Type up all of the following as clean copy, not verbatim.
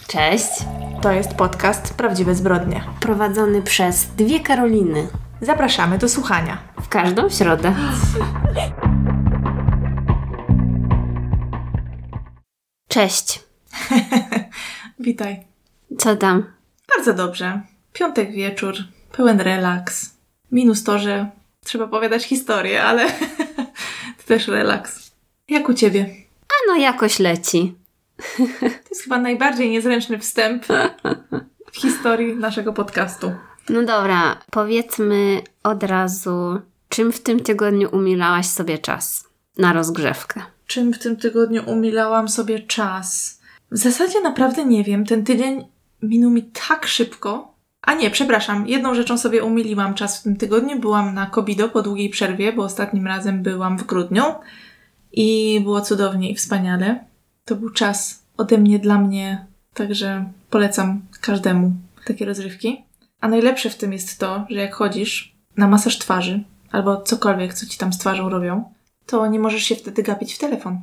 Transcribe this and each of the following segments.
Cześć. To jest podcast Prawdziwe Zbrodnie. Prowadzony przez dwie Karoliny. Zapraszamy do słuchania. W każdą środę. Cześć. Witaj. Co tam? Bardzo dobrze. Piątek wieczór, pełen relaks. Minus to, że trzeba opowiadać historię, ale to też relaks. Jak u ciebie? A no jakoś leci. To jest chyba najbardziej niezręczny wstęp w historii naszego podcastu. No dobra, powiedzmy od razu, czym w tym tygodniu umilałaś sobie czas na rozgrzewkę? Czym w tym tygodniu umilałam sobie czas? W zasadzie naprawdę nie wiem. Ten tydzień minął mi tak szybko. A nie, przepraszam. Jedną rzeczą sobie umiliłam czas w tym tygodniu. Byłam na Kobido po długiej przerwie, bo ostatnim razem byłam w grudniu. I było cudownie i wspaniale. To był czas ode mnie dla mnie, także polecam każdemu takie rozrywki. A najlepsze w tym jest to, że jak chodzisz na masaż twarzy albo cokolwiek, co ci tam z twarzą robią, to nie możesz się wtedy gapić w telefon.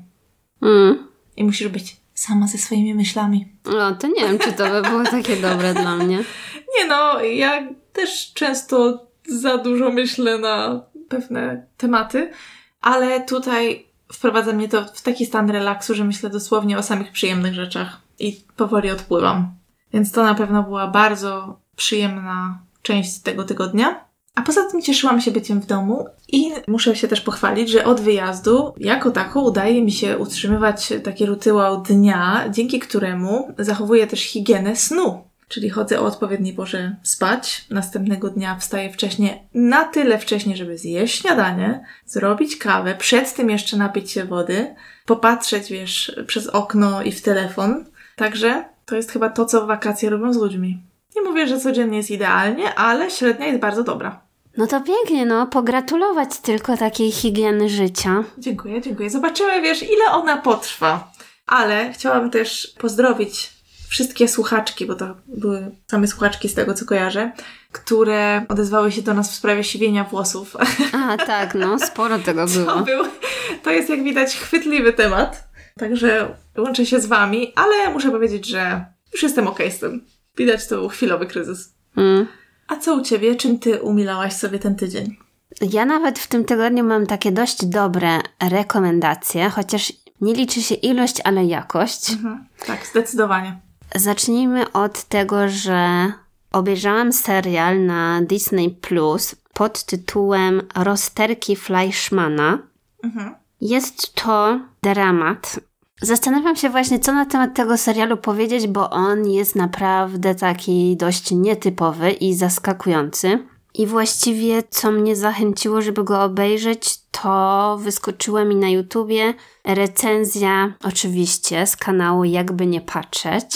I musisz być sama ze swoimi myślami. No, to nie wiem, czy to by było takie dobre dla mnie. Nie no, ja też często za dużo myślę na pewne tematy, ale tutaj wprowadza mnie to w taki stan relaksu, że myślę dosłownie o samych przyjemnych rzeczach i powoli odpływam. Więc to na pewno była bardzo przyjemna część tego tygodnia. A poza tym cieszyłam się byciem w domu i muszę się też pochwalić, że od wyjazdu jako tako udaje mi się utrzymywać taki rytuał dnia, dzięki któremu zachowuję też higienę snu. Czyli chodzę o odpowiedniej porze spać, następnego dnia wstaję wcześnie, na tyle wcześnie, żeby zjeść śniadanie, zrobić kawę, przed tym jeszcze napić się wody, popatrzeć, przez okno i w telefon. Także to jest chyba to, co wakacje robią z ludźmi. Nie mówię, że codziennie jest idealnie, ale średnia jest bardzo dobra. No to pięknie, pogratulować tylko takiej higieny życia. Dziękuję. Zobaczymy, ile ona potrwa. Ale chciałam też pozdrowić wszystkie słuchaczki, bo to były same słuchaczki z tego, co kojarzę, które odezwały się do nas w sprawie siwienia włosów. A, tak, sporo tego było. To jest, jak widać, chwytliwy temat. Także łączę się z wami, ale muszę powiedzieć, że już jestem okej z tym. Widać, to był chwilowy kryzys. A co u ciebie? Czym ty umilałaś sobie ten tydzień? Ja nawet w tym tygodniu mam takie dość dobre rekomendacje, chociaż nie liczy się ilość, ale jakość. Tak, zdecydowanie. Zacznijmy od tego, że obejrzałam serial na Disney Plus pod tytułem Rozterki Fleischmana. Jest to dramat. Zastanawiam się właśnie, co na temat tego serialu powiedzieć, bo on jest naprawdę taki dość nietypowy i zaskakujący. I właściwie, co mnie zachęciło, żeby go obejrzeć, to wyskoczyła mi na YouTubie recenzja, oczywiście, z kanału Jakby nie patrzeć.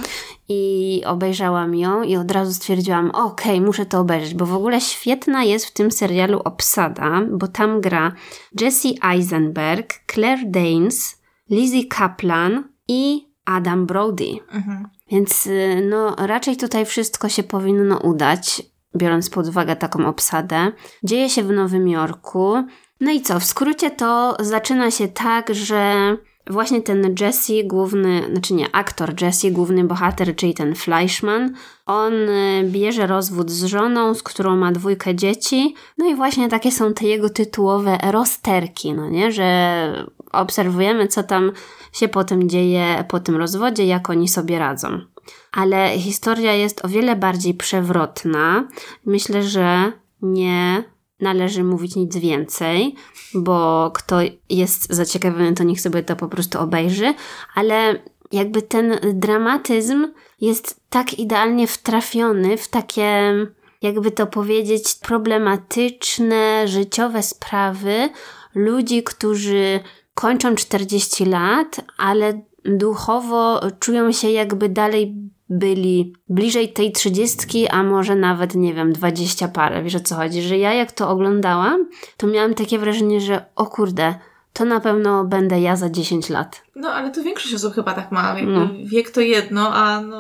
I obejrzałam ją i od razu stwierdziłam, okej, muszę to obejrzeć, bo w ogóle świetna jest w tym serialu obsada, bo tam gra Jesse Eisenberg, Claire Danes, Lizzie Kaplan i Adam Brody. Więc raczej tutaj wszystko się powinno udać, biorąc pod uwagę taką obsadę. Dzieje się w Nowym Jorku. No i co? W skrócie to zaczyna się tak, że właśnie ten Jesse, aktor Jesse, główny bohater, czyli ten Fleischman, on bierze rozwód z żoną, z którą ma 2 dzieci. No i właśnie takie są te jego tytułowe rozterki, że obserwujemy, co tam się potem dzieje po tym rozwodzie, jak oni sobie radzą. Ale historia jest o wiele bardziej przewrotna. Myślę, że nie należy mówić nic więcej, bo kto jest zaciekawiony, to niech sobie to po prostu obejrzy. Ale jakby ten dramatyzm jest tak idealnie wtrafiony w takie, jakby to powiedzieć, problematyczne, życiowe sprawy ludzi, którzy kończą 40 lat, ale duchowo czują się, jakby dalej byli bliżej tej 30, a może nawet, 20 parę. Wiesz, o co chodzi? Że ja jak to oglądałam, to miałam takie wrażenie, że o kurde, to na pewno będę ja za 10 lat. No, ale to większość osób chyba tak ma. Wiek to jedno, a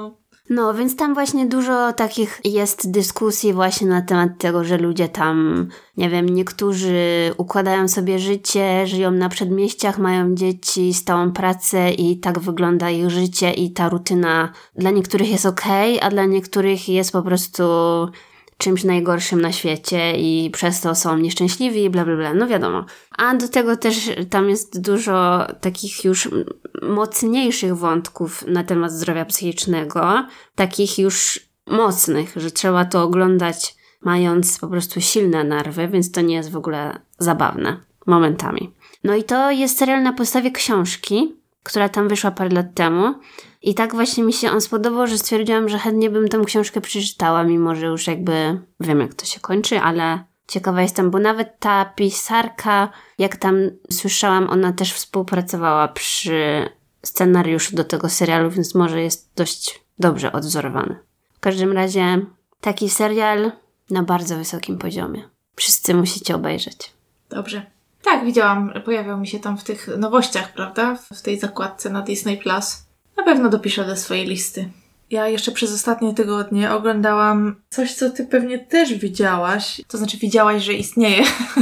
No, więc tam właśnie dużo takich jest dyskusji właśnie na temat tego, że ludzie tam, nie wiem, niektórzy układają sobie życie, żyją na przedmieściach, mają dzieci, stałą pracę i tak wygląda ich życie i ta rutyna dla niektórych jest okej, a dla niektórych jest po prostu czymś najgorszym na świecie i przez to są nieszczęśliwi i bla, bla, bla. No wiadomo. A do tego też tam jest dużo takich już mocniejszych wątków na temat zdrowia psychicznego, takich już mocnych, że trzeba to oglądać mając po prostu silne nerwy, więc to nie jest w ogóle zabawne momentami. No i to jest serial na podstawie książki, która tam wyszła parę lat temu. I tak właśnie mi się on spodobał, że stwierdziłam, że chętnie bym tę książkę przeczytała, mimo że już jakby wiem, jak to się kończy, ale ciekawa jestem, bo nawet ta pisarka, jak tam słyszałam, ona też współpracowała przy scenariuszu do tego serialu, więc może jest dość dobrze odwzorowany. W każdym razie taki serial na bardzo wysokim poziomie. Wszyscy musicie obejrzeć. Dobrze. Tak, widziałam, pojawiał mi się tam w tych nowościach, prawda? W tej zakładce na Disney+. Na pewno dopiszę do swojej listy. Ja jeszcze przez ostatnie tygodnie oglądałam coś, co ty pewnie też widziałaś. To znaczy widziałaś, że istnieje.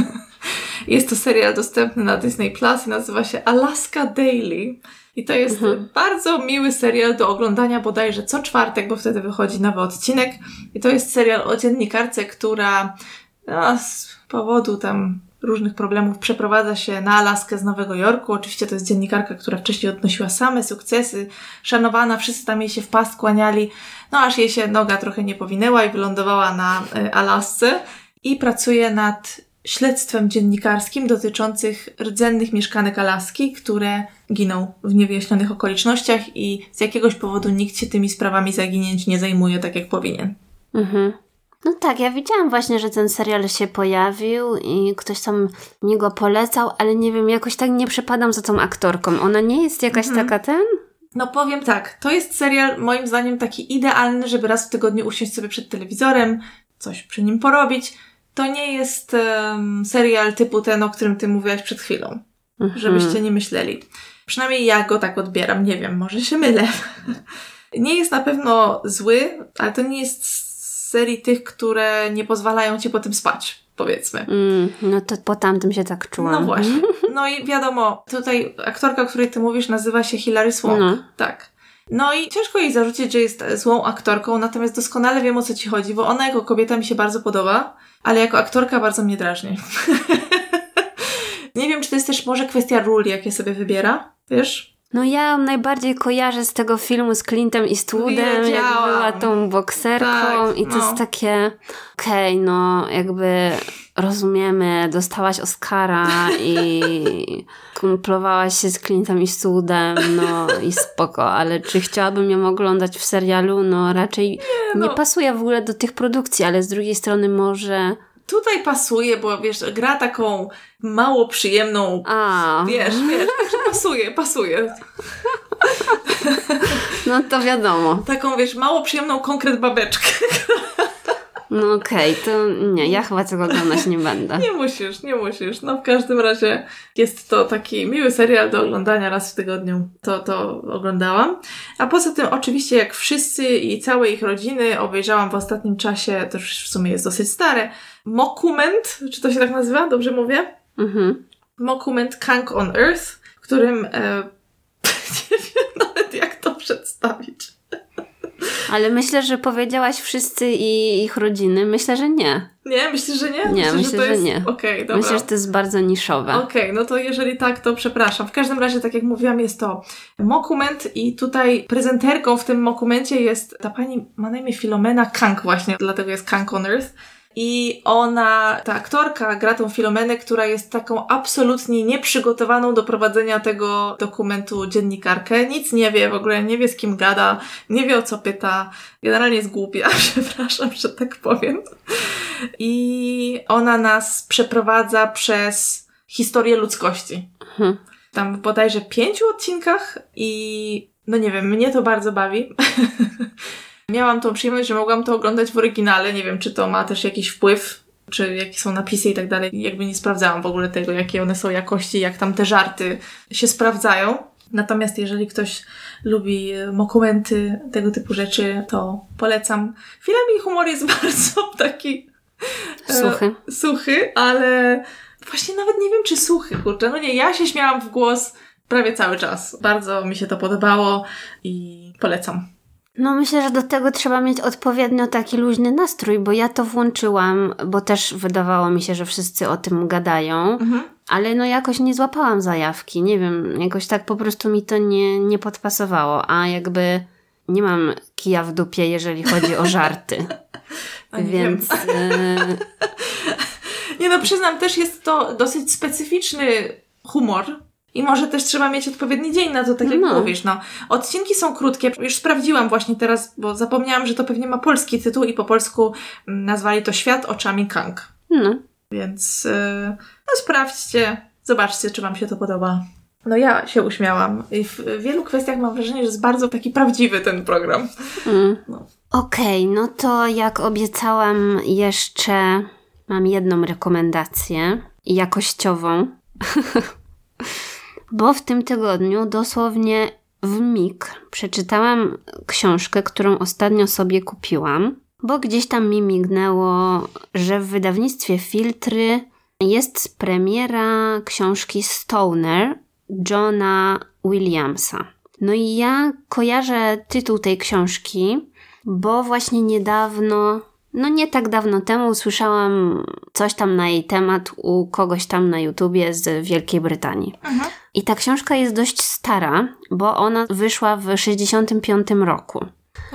Jest to serial dostępny na Disney Plus i nazywa się Alaska Daily. I to jest bardzo miły serial do oglądania bodajże co czwartek, bo wtedy wychodzi nowy odcinek. I to jest serial o dziennikarce, która z powodu tam różnych problemów przeprowadza się na Alaskę z Nowego Jorku. Oczywiście to jest dziennikarka, która wcześniej odnosiła same sukcesy, szanowana, wszyscy tam jej się w pas kłaniali, no aż jej się noga trochę nie powinęła i wylądowała na Alasce i pracuje nad śledztwem dziennikarskim dotyczących rdzennych mieszkanek Alaski, które giną w niewyjaśnionych okolicznościach i z jakiegoś powodu nikt się tymi sprawami zaginięć nie zajmuje tak jak powinien. No tak, ja widziałam właśnie, że ten serial się pojawił i ktoś tam mi go polecał, ale nie wiem, jakoś tak nie przepadam za tą aktorką. Ona nie jest jakaś taka No powiem tak, to jest serial moim zdaniem taki idealny, żeby raz w tygodniu usiąść sobie przed telewizorem, coś przy nim porobić. To nie jest serial typu ten, o którym ty mówiłaś przed chwilą. Żebyście nie myśleli. Przynajmniej ja go tak odbieram, nie wiem, może się mylę. Nie jest na pewno zły, ale to nie jest serii tych, które nie pozwalają ci po tym spać, powiedzmy. No to po tamtym się tak czułam. No właśnie. No i wiadomo, tutaj aktorka, o której ty mówisz, nazywa się Hilary Swank. No. Tak. No i ciężko jej zarzucić, że jest złą aktorką, natomiast doskonale wiem, o co ci chodzi, bo ona jako kobieta mi się bardzo podoba, ale jako aktorka bardzo mnie drażni. Nie wiem, czy to jest też może kwestia ról, jakie sobie wybiera, wiesz? No ja ją najbardziej kojarzę z tego filmu z Clintem Eastwoodem, jak była tą bokserką tak, i to jest takie okej, no jakby rozumiemy, dostałaś Oscara i kumplowałaś się z Clintem Eastwoodem, no i spoko, ale czy chciałabym ją oglądać w serialu? No raczej nie pasuje w ogóle do tych produkcji, ale z drugiej strony może... Tutaj pasuje, bo wiesz, gra taką mało przyjemną, wiesz, także pasuje. No to wiadomo. Taką, wiesz, mało przyjemną konkret babeczkę. No okej, to nie, ja chyba tego oglądać nie będę. Nie musisz. No w każdym razie jest to taki miły serial do oglądania raz w tygodniu. To oglądałam. A poza tym oczywiście jak wszyscy i całe ich rodziny obejrzałam w ostatnim czasie, to już w sumie jest dosyć stare, Mockument, czy to się tak nazywa? Dobrze mówię? Mockument Kank on Earth, w którym nie wiem nawet jak to przedstawić. Ale myślę, że powiedziałaś wszyscy i ich rodziny. Myślę, że nie. Nie? Myślisz, że nie? Nie, myślę, że nie. Okej, dobra. Myślę, że to jest bardzo niszowe. Okej, no to jeżeli tak, to przepraszam. W każdym razie, tak jak mówiłam, jest to mockument i tutaj prezenterką w tym mockumencie jest ta pani, ma na imię Filomena Kank właśnie, dlatego jest Kank on Earth. I ona, ta aktorka, gra tą Filomenę, która jest taką absolutnie nieprzygotowaną do prowadzenia tego dokumentu dziennikarkę. Nic nie wie, w ogóle nie wie z kim gada, nie wie o co pyta. Generalnie jest głupia, przepraszam, że tak powiem. I ona nas przeprowadza przez historię ludzkości. Tam bodajże 5 odcinkach i no nie wiem, mnie to bardzo bawi. Miałam tą przyjemność, że mogłam to oglądać w oryginale. Nie wiem, czy to ma też jakiś wpływ, czy jakie są napisy i tak dalej. Jakby nie sprawdzałam w ogóle tego, jakie one są jakości, jak tam te żarty się sprawdzają. Natomiast jeżeli ktoś lubi dokumenty, tego typu rzeczy, to polecam. Chwilami humor jest bardzo taki suchy, ale właśnie nawet nie wiem, czy suchy, kurczę. No nie, ja się śmiałam w głos prawie cały czas. Bardzo mi się to podobało i polecam. No myślę, że do tego trzeba mieć odpowiednio taki luźny nastrój, bo ja to włączyłam, bo też wydawało mi się, że wszyscy o tym gadają, ale no jakoś nie złapałam zajawki, nie wiem, jakoś tak po prostu mi to nie podpasowało, a jakby nie mam kija w dupie, jeżeli chodzi o żarty. Więc... Nie no, przyznam, też jest to dosyć specyficzny humor. I może też trzeba mieć odpowiedni dzień na to, tak jak mówisz. No, odcinki są krótkie. Już sprawdziłam właśnie teraz, bo zapomniałam, że to pewnie ma polski tytuł i po polsku nazwali to Świat oczami Kang. Więc sprawdźcie, zobaczcie, czy wam się to podoba. No ja się uśmiałam. I w wielu kwestiach mam wrażenie, że jest bardzo taki prawdziwy ten program. No. Okej, no to jak obiecałam, jeszcze mam jedną rekomendację jakościową. Bo w tym tygodniu dosłownie w mig przeczytałam książkę, którą ostatnio sobie kupiłam, bo gdzieś tam mi mignęło, że w wydawnictwie Filtry jest premiera książki Stoner Johna Williamsa. No i ja kojarzę tytuł tej książki, bo właśnie niedawno, no nie tak dawno temu usłyszałam coś tam na jej temat u kogoś tam na YouTubie z Wielkiej Brytanii. I ta książka jest dość stara, bo ona wyszła w 1965 roku.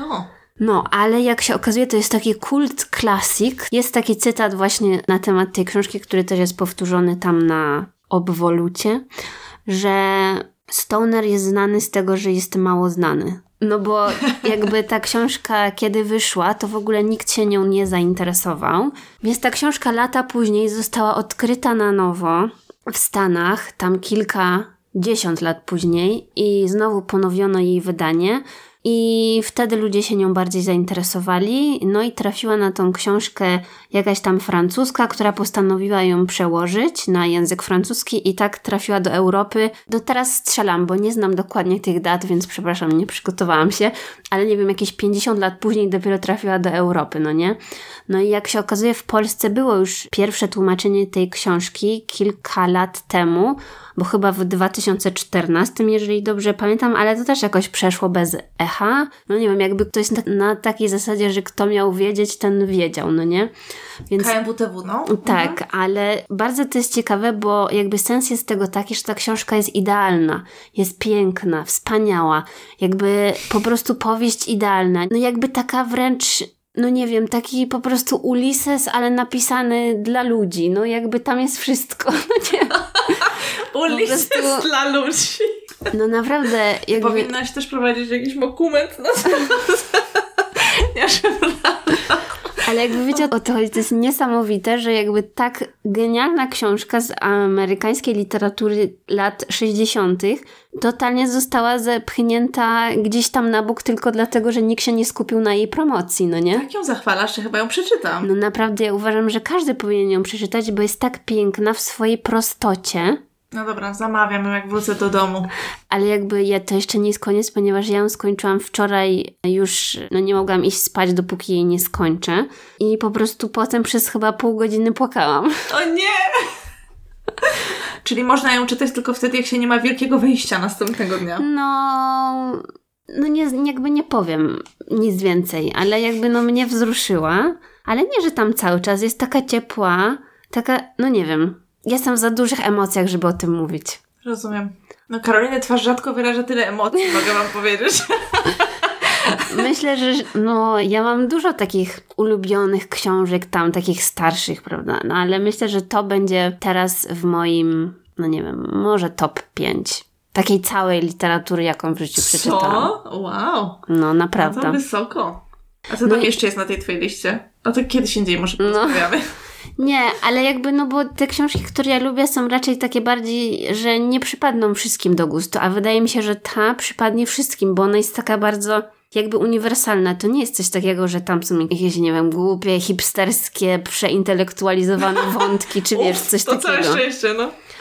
No, ale jak się okazuje, to jest taki kult klasik. Jest taki cytat właśnie na temat tej książki, który też jest powtórzony tam na obwolucie, że Stoner jest znany z tego, że jest mało znany. No bo jakby ta książka, kiedy wyszła, to w ogóle nikt się nią nie zainteresował. Więc ta książka lata później została odkryta na nowo w Stanach, tam kilkadziesiąt lat później i znowu ponowiono jej wydanie. I wtedy ludzie się nią bardziej zainteresowali, no i trafiła na tą książkę jakaś tam francuska, która postanowiła ją przełożyć na język francuski i tak trafiła do Europy. Do teraz strzelam, bo nie znam dokładnie tych dat, więc przepraszam, nie przygotowałam się, ale nie wiem, jakieś 50 lat później dopiero trafiła do Europy, no nie? No i jak się okazuje, w Polsce było już pierwsze tłumaczenie tej książki kilka lat temu, bo chyba w 2014, jeżeli dobrze pamiętam, ale to też jakoś przeszło bez echa. No nie wiem, jakby ktoś na takiej zasadzie, że kto miał wiedzieć, ten wiedział, no nie? Więc KMWTW, no. Tak, ale bardzo to jest ciekawe, bo jakby sens jest tego taki, że ta książka jest idealna, jest piękna, wspaniała, jakby po prostu powieść idealna. No jakby taka wręcz... No nie wiem, taki po prostu Ulises, ale napisany dla ludzi. No jakby tam jest wszystko. No nie. Ulises prostu... dla ludzi. No naprawdę. Jakby... Powinnaś też prowadzić jakiś dokument na temat. Ale jakby wiecie o to chodzi, to jest niesamowite, że jakby tak genialna książka z amerykańskiej literatury lat 60. totalnie została zepchnięta gdzieś tam na bok tylko dlatego, że nikt się nie skupił na jej promocji, no nie? Tak ją zachwalasz, że chyba ją przeczytam. No naprawdę, ja uważam, że każdy powinien ją przeczytać, bo jest tak piękna w swojej prostocie. No dobra, zamawiam ją, jak wrócę do domu. Ale jakby to jeszcze nie jest koniec, ponieważ ja ją skończyłam wczoraj, już nie mogłam iść spać, dopóki jej nie skończę. I po prostu potem przez chyba pół godziny płakałam. O nie! Czyli można ją czytać tylko wtedy, jak się nie ma wielkiego wyjścia następnego dnia. No jakby nie powiem nic więcej, ale jakby mnie wzruszyła. Ale nie, że tam cały czas jest taka ciepła, taka, no nie wiem. Jestem w za dużych emocjach, żeby o tym mówić. Rozumiem. No Karoliny twarz rzadko wyraża tyle emocji, mogę wam powiedzieć. Myślę, że ja mam dużo takich ulubionych książek tam, takich starszych, prawda? No ale myślę, że to będzie teraz w moim, no nie wiem, może top 5. Takiej całej literatury, jaką w życiu przeczytałam. Co? Wow. No naprawdę. No to wysoko. A co tam jeszcze jest na tej twojej liście? No to kiedyś indziej może porozmawiamy. Nie, ale jakby, bo te książki, które ja lubię, są raczej takie bardziej, że nie przypadną wszystkim do gustu, a wydaje mi się, że ta przypadnie wszystkim, bo ona jest taka bardzo jakby uniwersalna. To nie jest coś takiego, że tam są jakieś, nie wiem, głupie, hipsterskie, przeintelektualizowane wątki, czy wiesz, coś takiego. To całe szczęście, no.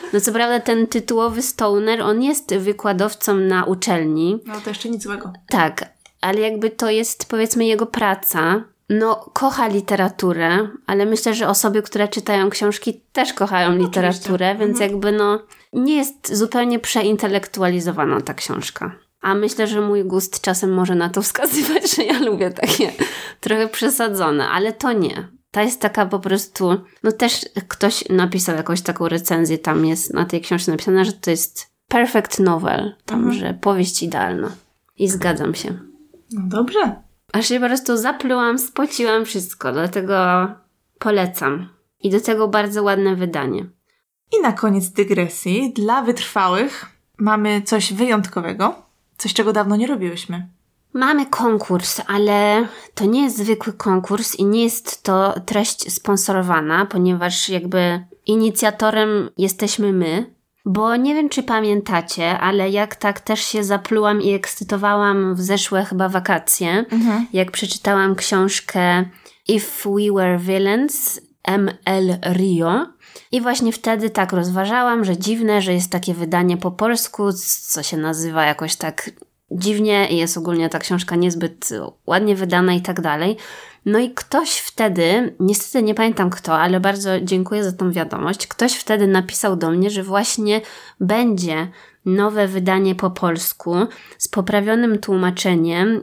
No co prawda ten tytułowy stoner, on jest wykładowcą na uczelni. No to jeszcze nic złego. Tak, ale jakby to jest powiedzmy jego praca. No kocha literaturę, ale myślę, że osoby, które czytają książki też kochają literaturę, więc jakby no nie jest zupełnie przeintelektualizowana ta książka. A myślę, że mój gust czasem może na to wskazywać, że ja lubię takie trochę przesadzone, ale to nie. Ta jest taka po prostu, no też ktoś napisał jakąś taką recenzję, tam jest na tej książce napisane, że to jest perfect novel, tam, że powieść idealna. I zgadzam się. No dobrze. Aż się po prostu zaplułam, spociłam wszystko, dlatego polecam. I do tego bardzo ładne wydanie. I na koniec dygresji, dla wytrwałych mamy coś wyjątkowego, coś czego dawno nie robiłyśmy. Mamy konkurs, ale to nie jest zwykły konkurs i nie jest to treść sponsorowana, ponieważ jakby inicjatorem jesteśmy my, bo nie wiem, czy pamiętacie, ale jak tak też się zaplułam i ekscytowałam w zeszłe chyba wakacje, jak przeczytałam książkę If We Were Villains, M.L. Rio. I właśnie wtedy tak rozważałam, że dziwne, że jest takie wydanie po polsku, co się nazywa jakoś tak dziwnie i jest ogólnie ta książka niezbyt ładnie wydana i tak dalej. No i ktoś wtedy, niestety nie pamiętam kto, ale bardzo dziękuję za tą wiadomość, ktoś wtedy napisał do mnie, że właśnie będzie nowe wydanie po polsku z poprawionym tłumaczeniem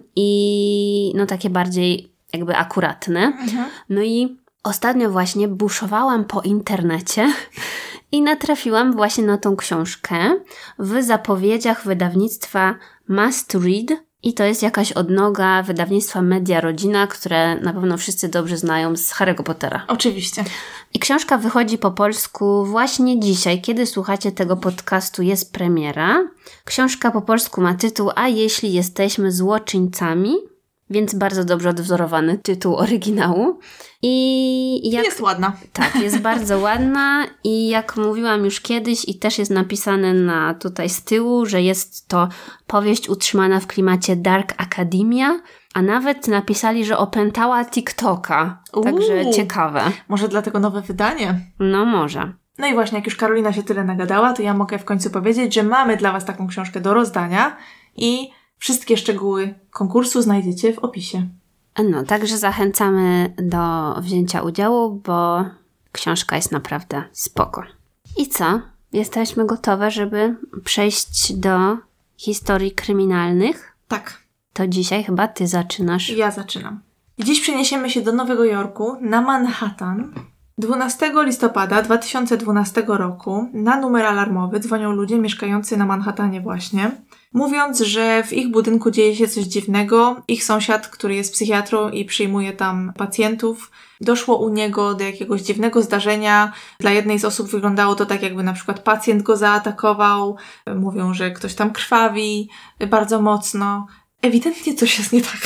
i no takie bardziej jakby akuratne. No i ostatnio właśnie buszowałam po internecie i natrafiłam właśnie na tą książkę w zapowiedziach wydawnictwa Must Read i to jest jakaś odnoga wydawnictwa Media Rodzina, które na pewno wszyscy dobrze znają z Harry'ego Pottera. Oczywiście. I książka wychodzi po polsku właśnie dzisiaj, kiedy słuchacie tego podcastu, jest premiera. Książka po polsku ma tytuł A jeśli jesteśmy złoczyńcami? Więc bardzo dobrze odwzorowany tytuł oryginału. I jest ładna. Tak, jest bardzo ładna i jak mówiłam już kiedyś i też jest napisane na tutaj z tyłu, że jest to powieść utrzymana w klimacie Dark Academia, a nawet napisali, że opętała TikToka. Także ciekawe. Może dlatego nowe wydanie? No może. No i właśnie, jak już Karolina się tyle nagadała, to ja mogę w końcu powiedzieć, że mamy dla Was taką książkę do rozdania i wszystkie szczegóły konkursu znajdziecie w opisie. No, także zachęcamy do wzięcia udziału, bo książka jest naprawdę spoko. I co? Jesteśmy gotowe, żeby przejść do historii kryminalnych? Tak. To dzisiaj chyba ty zaczynasz. Ja zaczynam. Dziś przeniesiemy się do Nowego Jorku, na Manhattan. 12 listopada 2012 roku na numer alarmowy dzwonią ludzie mieszkający na Manhattanie właśnie, mówiąc, że w ich budynku dzieje się coś dziwnego. Ich sąsiad, który jest psychiatrą i przyjmuje tam pacjentów, doszło u niego do jakiegoś dziwnego zdarzenia. Dla jednej z osób wyglądało to tak, jakby na przykład pacjent go zaatakował. Mówią, że ktoś tam krwawi bardzo mocno. Ewidentnie coś jest nie tak.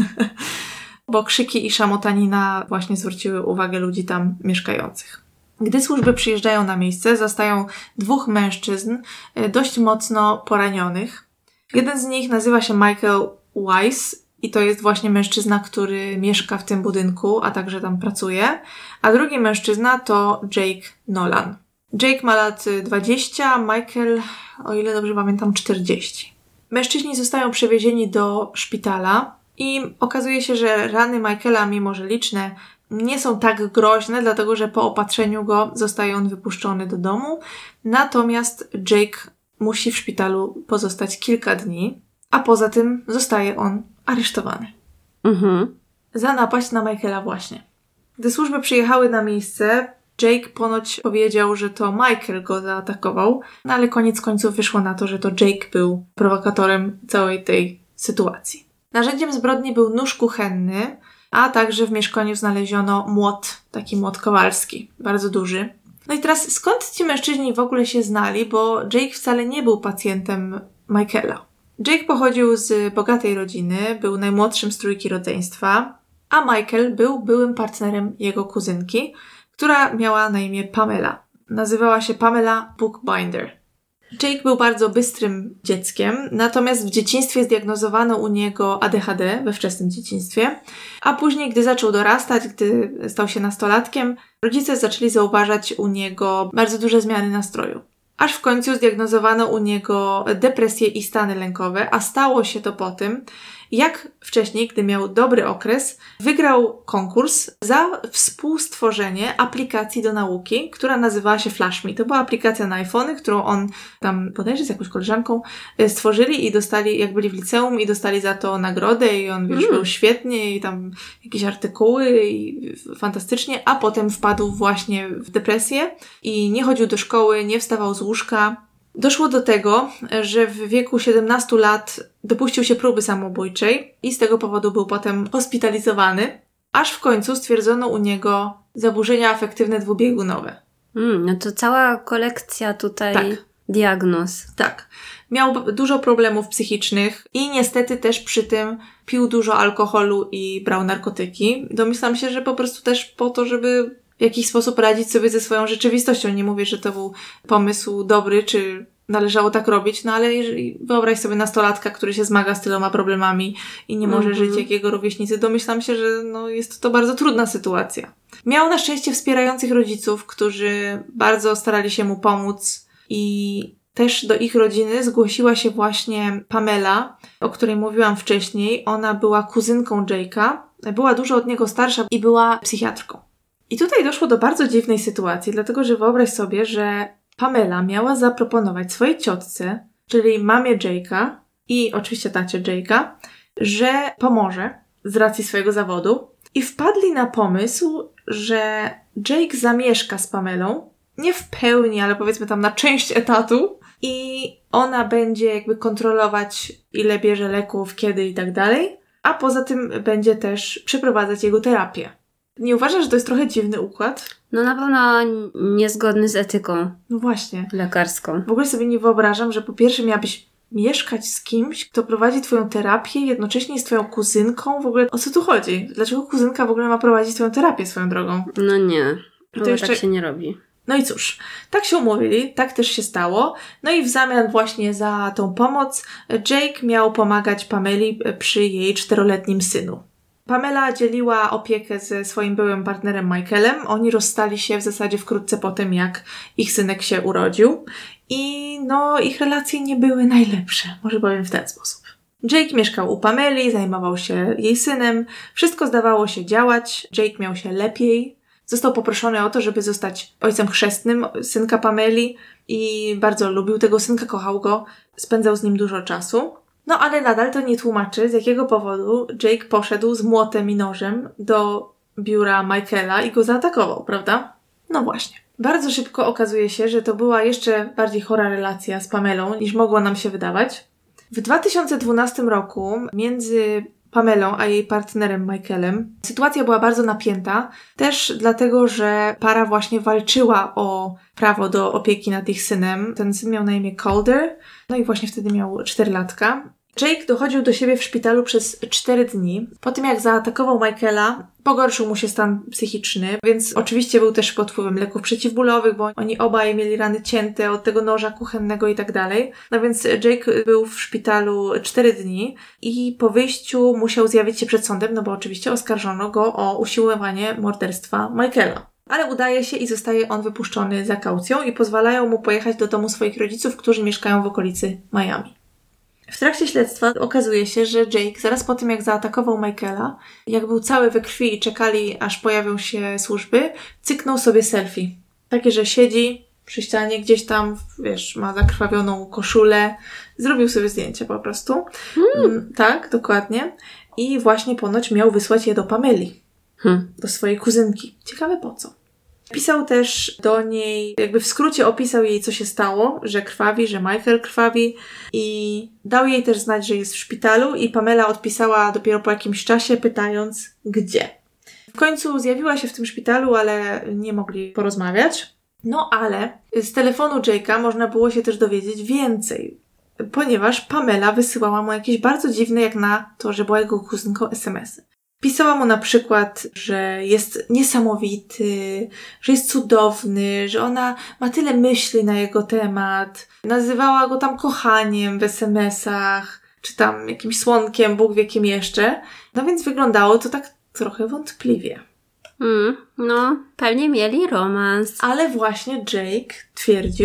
Bo krzyki i szamotanina właśnie zwróciły uwagę ludzi tam mieszkających. Gdy służby przyjeżdżają na miejsce, zastają 2 mężczyzn dość mocno poranionych. Jeden z nich nazywa się Michael Weiss i to jest właśnie mężczyzna, który mieszka w tym budynku, a także tam pracuje. A drugi mężczyzna to Jake Nolan. Jake ma lat 20, Michael, o ile dobrze pamiętam, 40. Mężczyźni zostają przewiezieni do szpitala i okazuje się, że rany Michaela, mimo że liczne, nie są tak groźne, dlatego że po opatrzeniu go zostaje on wypuszczony do domu. Natomiast Jake musi w szpitalu pozostać kilka dni, a poza tym zostaje on aresztowany. Za napaść na Michaela właśnie. Gdy służby przyjechały na miejsce, Jake ponoć powiedział, że to Michael go zaatakował, no ale koniec końców wyszło na to, że to Jake był prowokatorem całej tej sytuacji. Narzędziem zbrodni był nóż kuchenny, a także w mieszkaniu znaleziono młot, taki młot kowalski, bardzo duży. No i teraz skąd ci mężczyźni w ogóle się znali, bo Jake wcale nie był pacjentem Michaela. Jake pochodził z bogatej rodziny, był najmłodszym z trójki rodzeństwa, a Michael był byłym partnerem jego kuzynki, która miała na imię Pamela. Nazywała się Pamela Bookbinder. Jake był bardzo bystrym dzieckiem, natomiast w dzieciństwie zdiagnozowano u niego ADHD, we wczesnym dzieciństwie, a później, gdy zaczął dorastać, gdy stał się nastolatkiem, rodzice zaczęli zauważać u niego bardzo duże zmiany nastroju. aż w końcu zdiagnozowano u niego depresję i stany lękowe, a stało się to po tym, jak wcześniej, gdy miał dobry okres, wygrał konkurs za współstworzenie aplikacji do nauki, która nazywała się FlashMe. To była aplikacja na iPhony, którą on tam bodajże z jakąś koleżanką stworzyli i dostali, jak byli w liceum, i dostali za to nagrodę i on był świetnie i tam jakieś artykuły i fantastycznie, a potem wpadł właśnie w depresję i nie chodził do szkoły, nie wstawał z łóżka. Doszło do tego, że w wieku 17 lat dopuścił się próby samobójczej i z tego powodu był potem hospitalizowany, aż w końcu stwierdzono u niego zaburzenia afektywne dwubiegunowe. No to cała kolekcja tutaj diagnoz. Tak. Miał dużo problemów psychicznych i niestety też przy tym pił dużo alkoholu i brał narkotyki. Domyślam się, że po prostu też po to, żeby w jakiś sposób radzić sobie ze swoją rzeczywistością. Nie mówię, że to był pomysł dobry, czy należało tak robić, no ale wyobraź sobie nastolatka, który się zmaga z tyloma problemami i nie może żyć jak jego rówieśnicy. Domyślam się, że jest to bardzo trudna sytuacja. Miał na szczęście wspierających rodziców, którzy bardzo starali się mu pomóc i też do ich rodziny zgłosiła się właśnie Pamela, o której mówiłam wcześniej. Ona była kuzynką Jake'a, była dużo od niego starsza i była psychiatrką. I tutaj doszło do bardzo dziwnej sytuacji, dlatego że wyobraź sobie, że Pamela miała zaproponować swojej ciotce, czyli mamie Jake'a i oczywiście tacie Jake'a, że pomoże z racji swojego zawodu i wpadli na pomysł, że Jake zamieszka z Pamelą, nie w pełni, ale powiedzmy tam na część etatu i ona będzie jakby kontrolować, ile bierze leków, kiedy i tak dalej, a poza tym będzie też przeprowadzać jego terapię. Nie uważasz, że to jest trochę dziwny układ? No na pewno niezgodny z etyką. No właśnie. Lekarską. W ogóle sobie nie wyobrażam, że po pierwsze miałabyś mieszkać z kimś, kto prowadzi twoją terapię, jednocześnie jest twoją kuzynką. W ogóle o co tu chodzi? Dlaczego kuzynka w ogóle ma prowadzić twoją terapię swoją drogą? No nie. To jeszcze... tak się nie robi. No i cóż, tak się umówili, tak też się stało. No i w zamian właśnie za tą pomoc Jake miał pomagać Pameli przy jej 4-letnim synu. Pamela dzieliła opiekę ze swoim byłym partnerem Michaelem. Oni rozstali się w zasadzie wkrótce po tym, jak ich synek się urodził. I ich relacje nie były najlepsze, może powiem w ten sposób. Jake mieszkał u Pameli, zajmował się jej synem. Wszystko zdawało się działać. Jake miał się lepiej. Został poproszony o to, żeby zostać ojcem chrzestnym synka Pameli i bardzo lubił tego synka, kochał go, spędzał z nim dużo czasu. No ale nadal to nie tłumaczy, z jakiego powodu Jake poszedł z młotem i nożem do biura Michaela i go zaatakował, prawda? No właśnie. Bardzo szybko okazuje się, że to była jeszcze bardziej chora relacja z Pamelą, niż mogło nam się wydawać. W 2012 roku między Pamelą a jej partnerem Michaelem sytuacja była bardzo napięta, też dlatego, że para właśnie walczyła o prawo do opieki nad ich synem. Ten syn miał na imię Calder, no i właśnie wtedy miał 4-latka. Jake dochodził do siebie w szpitalu przez 4 dni. Po tym jak zaatakował Michaela, pogorszył mu się stan psychiczny, więc oczywiście był też pod wpływem leków przeciwbólowych, bo oni obaj mieli rany cięte od tego noża kuchennego i tak dalej. No więc Jake był w szpitalu 4 dni i po wyjściu musiał zjawić się przed sądem, no bo oczywiście oskarżono go o usiłowanie morderstwa Michaela. Ale udaje się i zostaje on wypuszczony za kaucją i pozwalają mu pojechać do domu swoich rodziców, którzy mieszkają w okolicy Miami. W trakcie śledztwa okazuje się, że Jake zaraz po tym jak zaatakował Michaela, jak był cały we krwi i czekali aż pojawią się służby, cyknął sobie selfie. Takie, że siedzi przy ścianie gdzieś tam, ma zakrwawioną koszulę, zrobił sobie zdjęcie po prostu. Tak, dokładnie. I właśnie ponoć miał wysłać je do Pameli. Do swojej kuzynki. Ciekawe po co. Pisał też do niej, jakby w skrócie opisał jej, co się stało, że krwawi, że Michael krwawi i dał jej też znać, że jest w szpitalu i Pamela odpisała dopiero po jakimś czasie, pytając, gdzie. W końcu zjawiła się w tym szpitalu, ale nie mogli porozmawiać. No ale z telefonu Jake'a można było się też dowiedzieć więcej, ponieważ Pamela wysyłała mu jakieś bardzo dziwne, jak na to, że była jego kuzynką, SMS-y. Pisała mu na przykład, że jest niesamowity, że jest cudowny, że ona ma tyle myśli na jego temat. Nazywała go tam kochaniem w SMS-ach, czy tam jakimś słonkiem, Bóg wie kim jeszcze. No więc wyglądało to tak trochę wątpliwie. No, pewnie mieli romans. Ale właśnie Jake twierdził,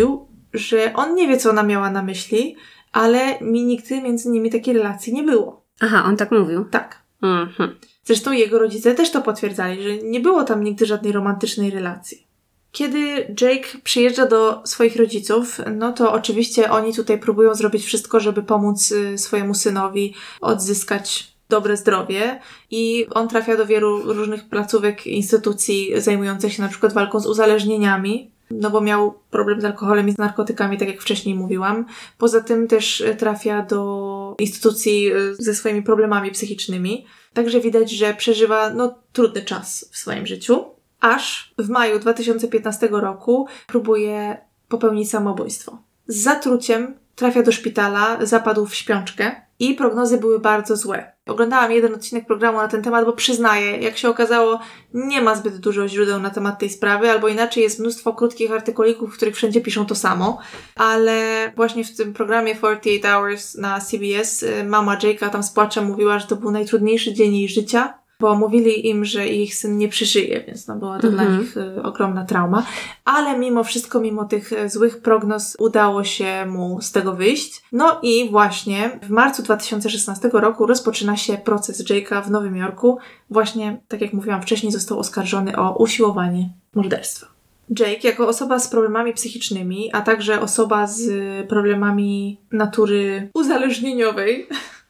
że on nie wie, co ona miała na myśli, ale nigdy między nimi takiej relacji nie było. Aha, on tak mówił? Tak. Zresztą jego rodzice też to potwierdzali, że nie było tam nigdy żadnej romantycznej relacji. Kiedy Jake przyjeżdża do swoich rodziców, no to oczywiście oni tutaj próbują zrobić wszystko, żeby pomóc swojemu synowi odzyskać dobre zdrowie i on trafia do wielu różnych placówek, instytucji zajmujących się na przykład walką z uzależnieniami, no bo miał problem z alkoholem i z narkotykami, tak jak wcześniej mówiłam. Poza tym też trafia do instytucji ze swoimi problemami psychicznymi. Także widać, że przeżywa trudny czas w swoim życiu. Aż w maju 2015 roku próbuje popełnić samobójstwo. Z zatruciem trafia do szpitala, zapadł w śpiączkę i prognozy były bardzo złe. Oglądałam jeden odcinek programu na ten temat, bo przyznaję, jak się okazało, nie ma zbyt dużo źródeł na temat tej sprawy, albo inaczej jest mnóstwo krótkich artykulików, w których wszędzie piszą to samo, ale właśnie w tym programie 48 Hours na CBS mama Jake'a tam z płaczem mówiła, że to był najtrudniejszy dzień jej życia, bo mówili im, że ich syn nie przeżyje, więc była to dla nich ogromna trauma. Ale mimo wszystko, mimo tych złych prognoz udało się mu z tego wyjść. No i właśnie w marcu 2016 roku rozpoczyna się proces Jake'a w Nowym Jorku. Właśnie, tak jak mówiłam wcześniej, został oskarżony o usiłowanie morderstwa. Jake, jako osoba z problemami psychicznymi, a także osoba z problemami natury uzależnieniowej,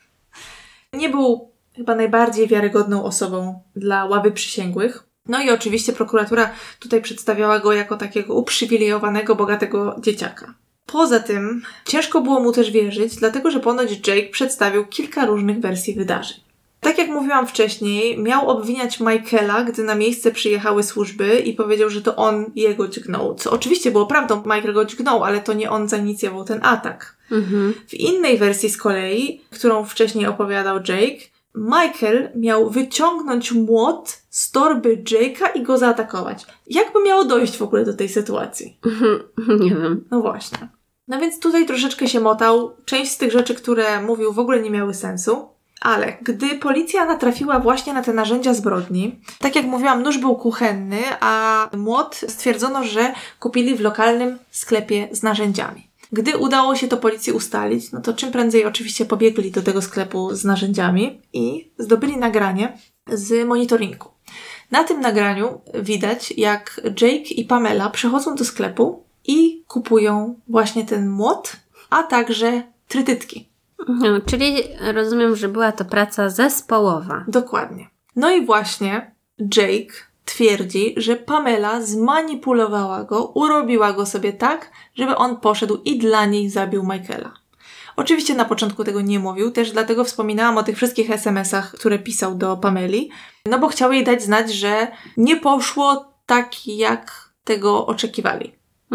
nie był chyba najbardziej wiarygodną osobą dla ławy przysięgłych. No i oczywiście prokuratura tutaj przedstawiała go jako takiego uprzywilejowanego, bogatego dzieciaka. Poza tym ciężko było mu też wierzyć, dlatego że ponoć Jake przedstawił kilka różnych wersji wydarzeń. Tak jak mówiłam wcześniej, miał obwiniać Michaela, gdy na miejsce przyjechały służby i powiedział, że to on jego dźgnął. Co oczywiście było prawdą, Michael go dźgnął, ale to nie on zainicjował ten atak. W innej wersji z kolei, którą wcześniej opowiadał Jake, Michael miał wyciągnąć młot z torby Jake'a i go zaatakować. Jakby miało dojść w ogóle do tej sytuacji? Nie wiem. No właśnie. No więc tutaj troszeczkę się motał. Część z tych rzeczy, które mówił, w ogóle nie miały sensu. Ale gdy policja natrafiła właśnie na te narzędzia zbrodni, tak jak mówiłam, nóż był kuchenny, a młot stwierdzono, że kupili w lokalnym sklepie z narzędziami. Gdy udało się to policji ustalić, no to czym prędzej oczywiście pobiegli do tego sklepu z narzędziami i zdobyli nagranie z monitoringu. Na tym nagraniu widać, jak Jake i Pamela przychodzą do sklepu i kupują właśnie ten młot, a także trytytki. Czyli rozumiem, że była to praca zespołowa. Dokładnie. No i właśnie Jake twierdzi, że Pamela zmanipulowała go, urobiła go sobie tak, żeby on poszedł i dla niej zabił Michaela. Oczywiście na początku tego nie mówił, też dlatego wspominałam o tych wszystkich SMS-ach, które pisał do Pameli, no bo chciał jej dać znać, że nie poszło tak, jak tego oczekiwali.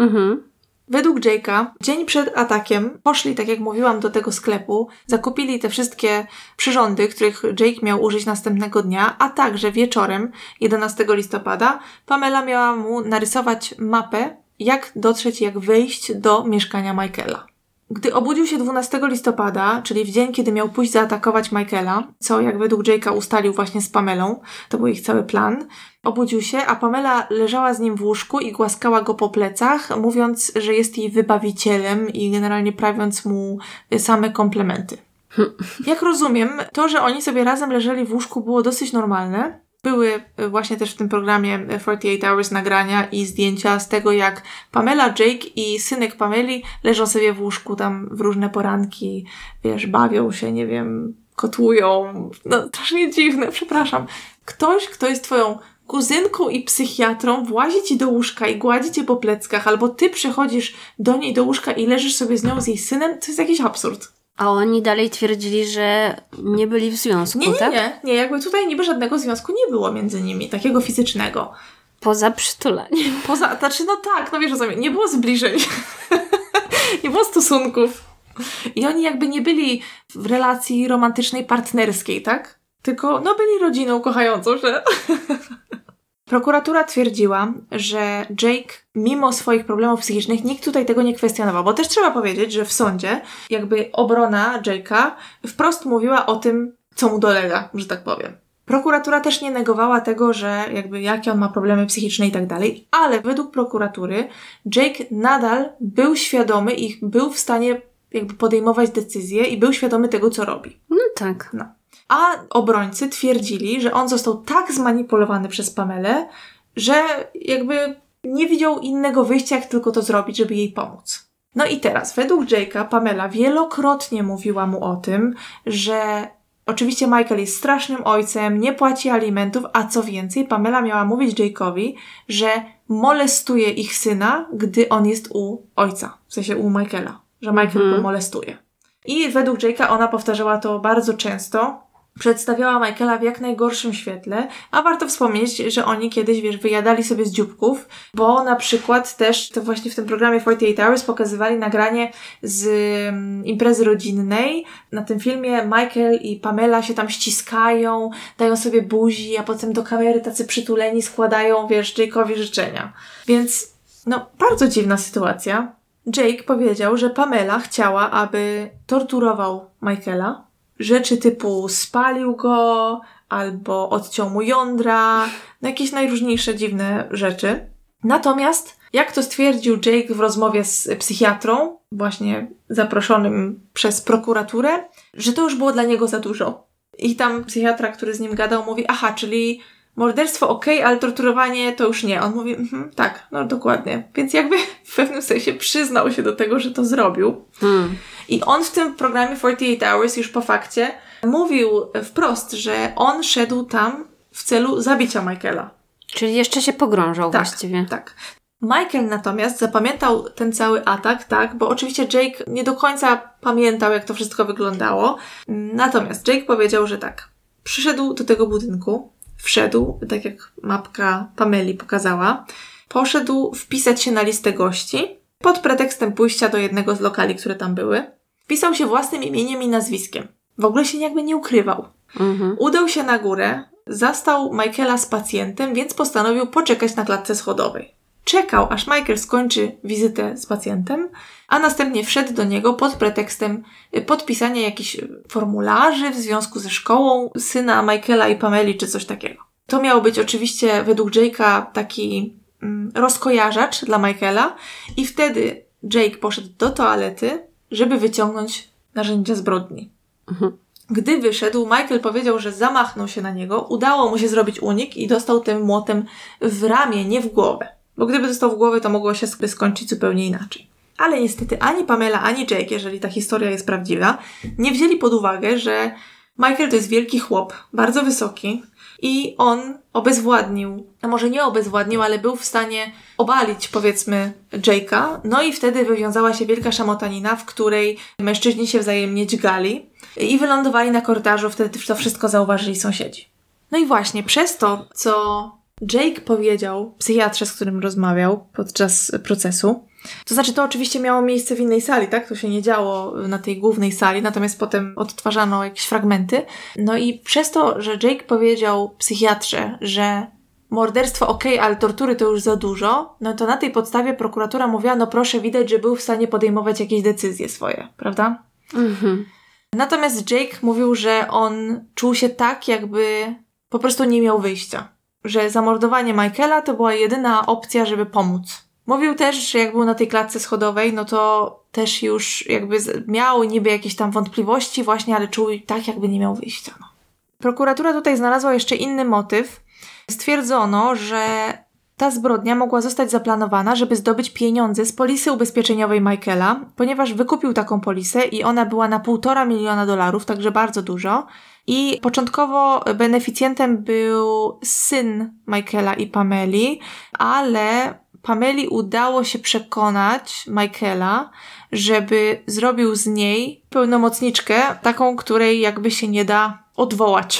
Według Jake'a, dzień przed atakiem poszli, tak jak mówiłam, do tego sklepu, zakupili te wszystkie przyrządy, których Jake miał użyć następnego dnia, a także wieczorem, 11 listopada, Pamela miała mu narysować mapę, jak dotrzeć, jak wejść do mieszkania Michaela. Gdy obudził się 12 listopada, czyli w dzień, kiedy miał pójść zaatakować Michaela, co jak według Jake'a ustalił właśnie z Pamelą, to był ich cały plan, obudził się, a Pamela leżała z nim w łóżku i głaskała go po plecach, mówiąc, że jest jej wybawicielem i generalnie prawiąc mu same komplementy. Jak rozumiem, to, że oni sobie razem leżeli w łóżku, było dosyć normalne. Były właśnie też w tym programie 48 Hours nagrania i zdjęcia z tego, jak Pamela, Jake i synek Pameli leżą sobie w łóżku tam w różne poranki, wiesz, bawią się, nie wiem, kotłują. No, strasznie dziwne, przepraszam. Ktoś, kto jest twoją kuzynką i psychiatrą, włazi ci do łóżka i gładzi cię po pleckach, albo ty przychodzisz do niej do łóżka i leżysz sobie z nią, z jej synem, to jest jakiś absurd. A oni dalej twierdzili, że nie byli w związku, tak? Nie, jakby tutaj niby żadnego związku nie było między nimi, takiego fizycznego. Poza przytulaniem. Wiesz o co mi, nie było zbliżeń. Nie było stosunków. I oni jakby nie byli w relacji romantycznej, partnerskiej, tak? Tylko, byli rodziną kochającą się. Prokuratura twierdziła, że Jake, mimo swoich problemów psychicznych, nikt tutaj tego nie kwestionował, bo też trzeba powiedzieć, że w sądzie jakby obrona Jake'a wprost mówiła o tym, co mu dolega, że tak powiem. Prokuratura też nie negowała tego, że jakie on ma problemy psychiczne i tak dalej, ale według prokuratury Jake nadal był świadomy i był w stanie podejmować decyzje i był świadomy tego, co robi. No tak. No. A obrońcy twierdzili, że on został tak zmanipulowany przez Pamelę, że nie widział innego wyjścia, jak tylko to zrobić, żeby jej pomóc. No i teraz, według Jake'a, Pamela wielokrotnie mówiła mu o tym, że oczywiście Michael jest strasznym ojcem, nie płaci alimentów, a co więcej, Pamela miała mówić Jake'owi, że molestuje ich syna, gdy on jest u ojca, w sensie u Michaela, że Michael go molestuje. I według Jake'a ona powtarzała to bardzo często, przedstawiała Michaela w jak najgorszym świetle, a warto wspomnieć, że oni kiedyś, wyjadali sobie z dzióbków, bo na przykład też to właśnie w tym programie 48 Hours pokazywali nagranie z imprezy rodzinnej. Na tym filmie Michael i Pamela się tam ściskają, dają sobie buzi, a potem do kamery tacy przytuleni składają, Jake'owi życzenia. Więc, bardzo dziwna sytuacja. Jake powiedział, że Pamela chciała, aby torturował Michaela. Rzeczy typu spalił go, albo odciął mu jądra, jakieś najróżniejsze dziwne rzeczy. Natomiast, jak to stwierdził Jake w rozmowie z psychiatrą, właśnie zaproszonym przez prokuraturę, że to już było dla niego za dużo. I tam psychiatra, który z nim gadał, mówi, czyli morderstwo okej, ale torturowanie to już nie. On mówi, tak, dokładnie. Więc w pewnym sensie przyznał się do tego, że to zrobił. I on w tym programie 48 Hours już po fakcie mówił wprost, że on szedł tam w celu zabicia Michaela. Czyli jeszcze się pogrążał właściwie. Tak. Michael natomiast zapamiętał ten cały atak, bo oczywiście Jake nie do końca pamiętał, jak to wszystko wyglądało. Natomiast Jake powiedział, że tak, przyszedł do tego budynku, wszedł, tak jak mapka Pameli pokazała, poszedł wpisać się na listę gości pod pretekstem pójścia do jednego z lokali, które tam były. Wpisał się własnym imieniem i nazwiskiem. W ogóle się nie ukrywał. Udał się na górę, zastał Michaela z pacjentem, więc postanowił poczekać na klatce schodowej. Czekał, aż Michael skończy wizytę z pacjentem, a następnie wszedł do niego pod pretekstem podpisania jakichś formularzy w związku ze szkołą syna Michaela i Pameli, czy coś takiego. To miał być oczywiście według Jake'a taki rozkojarzacz dla Michaela i wtedy Jake poszedł do toalety, żeby wyciągnąć narzędzia zbrodni. Gdy wyszedł, Michael powiedział, że zamachnął się na niego, udało mu się zrobić unik i dostał tym młotem w ramię, nie w głowę. Bo gdyby dostał w głowę, to mogło się skończyć zupełnie inaczej. Ale niestety ani Pamela, ani Jake, jeżeli ta historia jest prawdziwa, nie wzięli pod uwagę, że Michael to jest wielki chłop, bardzo wysoki i on obezwładnił, a może nie obezwładnił, ale był w stanie obalić, powiedzmy, Jake'a. No i wtedy wywiązała się wielka szamotanina, w której mężczyźni się wzajemnie dźgali i wylądowali na korytarzu, wtedy to wszystko zauważyli sąsiedzi. No i właśnie przez to, co Jake powiedział psychiatrze, z którym rozmawiał podczas procesu, to znaczy to oczywiście miało miejsce w innej sali, tak? To się nie działo na tej głównej sali, natomiast potem odtwarzano jakieś fragmenty. No i przez to, że Jake powiedział psychiatrze, że morderstwo okej, ale tortury to już za dużo, no to na tej podstawie prokuratura mówiła, proszę, widać, że był w stanie podejmować jakieś decyzje swoje, prawda? Natomiast Jake mówił, że on czuł się tak, jakby po prostu nie miał wyjścia. Że zamordowanie Michaela to była jedyna opcja, żeby pomóc. Mówił też, że jak był na tej klatce schodowej, no to też już miał niby jakieś tam wątpliwości właśnie, ale czuł tak, jakby nie miał wyjścia. Prokuratura tutaj znalazła jeszcze inny motyw. Stwierdzono, że ta zbrodnia mogła zostać zaplanowana, żeby zdobyć pieniądze z polisy ubezpieczeniowej Michaela, ponieważ wykupił taką polisę i ona była na $1,5 miliona, także bardzo dużo. I początkowo beneficjentem był syn Michaela i Pameli, ale Pameli udało się przekonać Michaela, żeby zrobił z niej pełnomocniczkę, taką, której się nie da odwołać.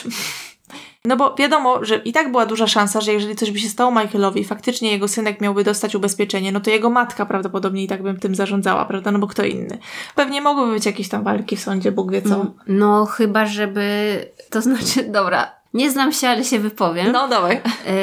No bo wiadomo, że i tak była duża szansa, że jeżeli coś by się stało Michaelowi i faktycznie jego synek miałby dostać ubezpieczenie, no to jego matka prawdopodobnie i tak by tym zarządzała, prawda? No bo kto inny. Pewnie mogłyby być jakieś tam walki w sądzie, Bóg wie co. No chyba, żeby... To znaczy, dobra, Nie znam się, ale się wypowiem. No, dawaj.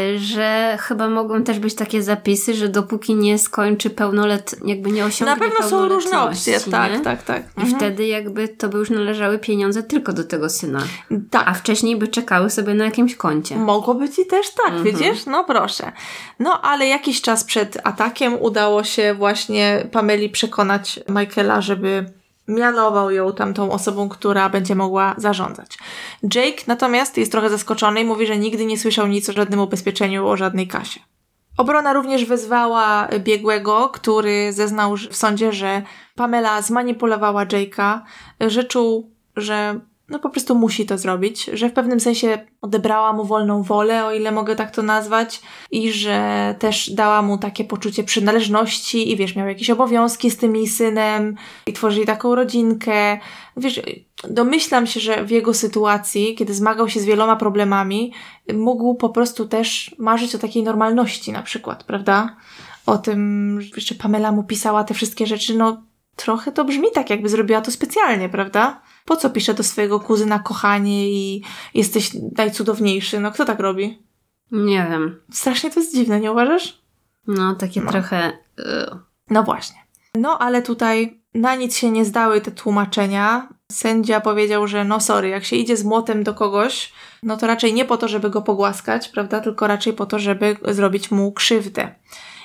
Że chyba mogą też być takie zapisy, że dopóki nie skończy jakby nie osiągnie pełnoletności. Na pewno są różne opcje, tak. I wtedy jakby to by już należały pieniądze tylko do tego syna. Tak. A wcześniej by czekały sobie na jakimś koncie. Mogło być i też tak, widzisz? No proszę. No, ale jakiś czas przed atakiem udało się właśnie Pameli przekonać Michaela, żeby mianował ją tamtą osobą, która będzie mogła zarządzać. Jake natomiast jest trochę zaskoczony i mówi, że nigdy nie słyszał nic o żadnym ubezpieczeniu, o żadnej kasie. Obrona również wezwała biegłego, który zeznał w sądzie, że Pamela zmanipulowała Jake'a, że czuł, że po prostu musi to zrobić, że w pewnym sensie odebrała mu wolną wolę, o ile mogę tak to nazwać, i że też dała mu takie poczucie przynależności i wiesz, miał jakieś obowiązki z tym jej synem i tworzyli taką rodzinkę. Wiesz, domyślam się, że w jego sytuacji, kiedy zmagał się z wieloma problemami, mógł po prostu też marzyć o takiej normalności na przykład, prawda? O tym, że Pamela mu pisała te wszystkie rzeczy, trochę to brzmi tak, jakby zrobiła to specjalnie, prawda? Po co pisze do swojego kuzyna kochanie i jesteś najcudowniejszy? Kto tak robi? Nie wiem. Strasznie to jest dziwne, nie uważasz? Takie trochę... No właśnie. Ale tutaj na nic się nie zdały te tłumaczenia. Sędzia powiedział, że sorry, jak się idzie z młotem do kogoś, to raczej nie po to, żeby go pogłaskać, prawda? Tylko raczej po to, żeby zrobić mu krzywdę.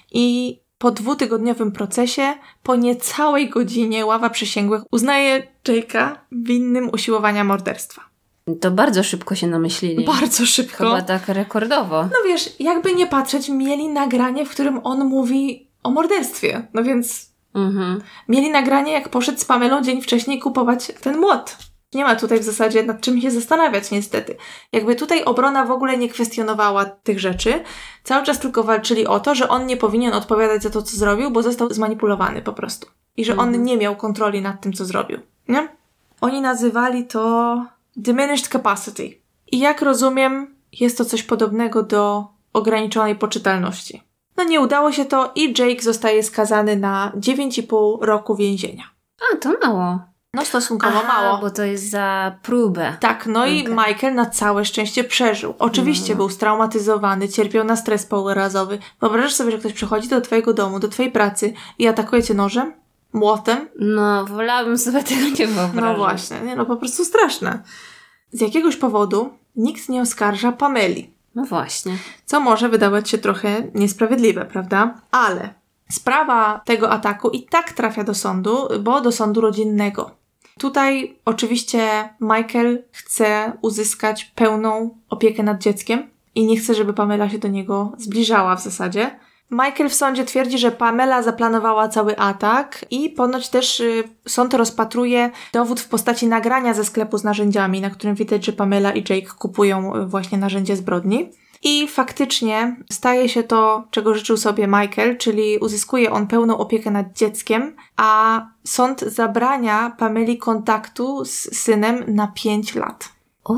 I po 2-tygodniowym procesie, po niecałej godzinie ława przysięgłych uznaje Jake'a winnym usiłowania morderstwa. To bardzo szybko się namyślili. Bardzo szybko. Chyba tak rekordowo. Wiesz, jakby nie patrzeć, mieli nagranie, w którym on mówi o morderstwie. Więc mieli nagranie, jak poszedł z Pamelą dzień wcześniej kupować ten młot. Nie ma tutaj w zasadzie nad czym się zastanawiać, niestety. Jakby tutaj obrona w ogóle nie kwestionowała tych rzeczy. Cały czas tylko walczyli o to, że on nie powinien odpowiadać za to, co zrobił, bo został zmanipulowany po prostu. I że on nie miał kontroli nad tym, co zrobił. Nie? Oni nazywali to diminished capacity. I jak rozumiem, jest to coś podobnego do ograniczonej poczytalności. Nie udało się to i Jake zostaje skazany na 9,5 roku więzienia. A, to mało. Stosunkowo mało. Bo to jest za próbę. Tak, i Michael na całe szczęście przeżył. Oczywiście był straumatyzowany, cierpiał na stres pourazowy. Wyobrażasz sobie, że ktoś przychodzi do twojego domu, do twojej pracy i atakuje cię nożem? Młotem? Wolałabym sobie tego nie wyobrażać. Właśnie, po prostu straszne. Z jakiegoś powodu nikt nie oskarża Pameli. Właśnie. Co może wydawać się trochę niesprawiedliwe, prawda? Ale sprawa tego ataku i tak trafia do sądu, bo do sądu rodzinnego. Tutaj oczywiście Michael chce uzyskać pełną opiekę nad dzieckiem i nie chce, żeby Pamela się do niego zbliżała w zasadzie. Michael w sądzie twierdzi, że Pamela zaplanowała cały atak i ponoć też sąd rozpatruje dowód w postaci nagrania ze sklepu z narzędziami, na którym widać, że Pamela i Jake kupują właśnie narzędzie zbrodni. I faktycznie staje się to, czego życzył sobie Michael, czyli uzyskuje on pełną opiekę nad dzieckiem, a sąd zabrania Pameli kontaktu z synem na 5 lat.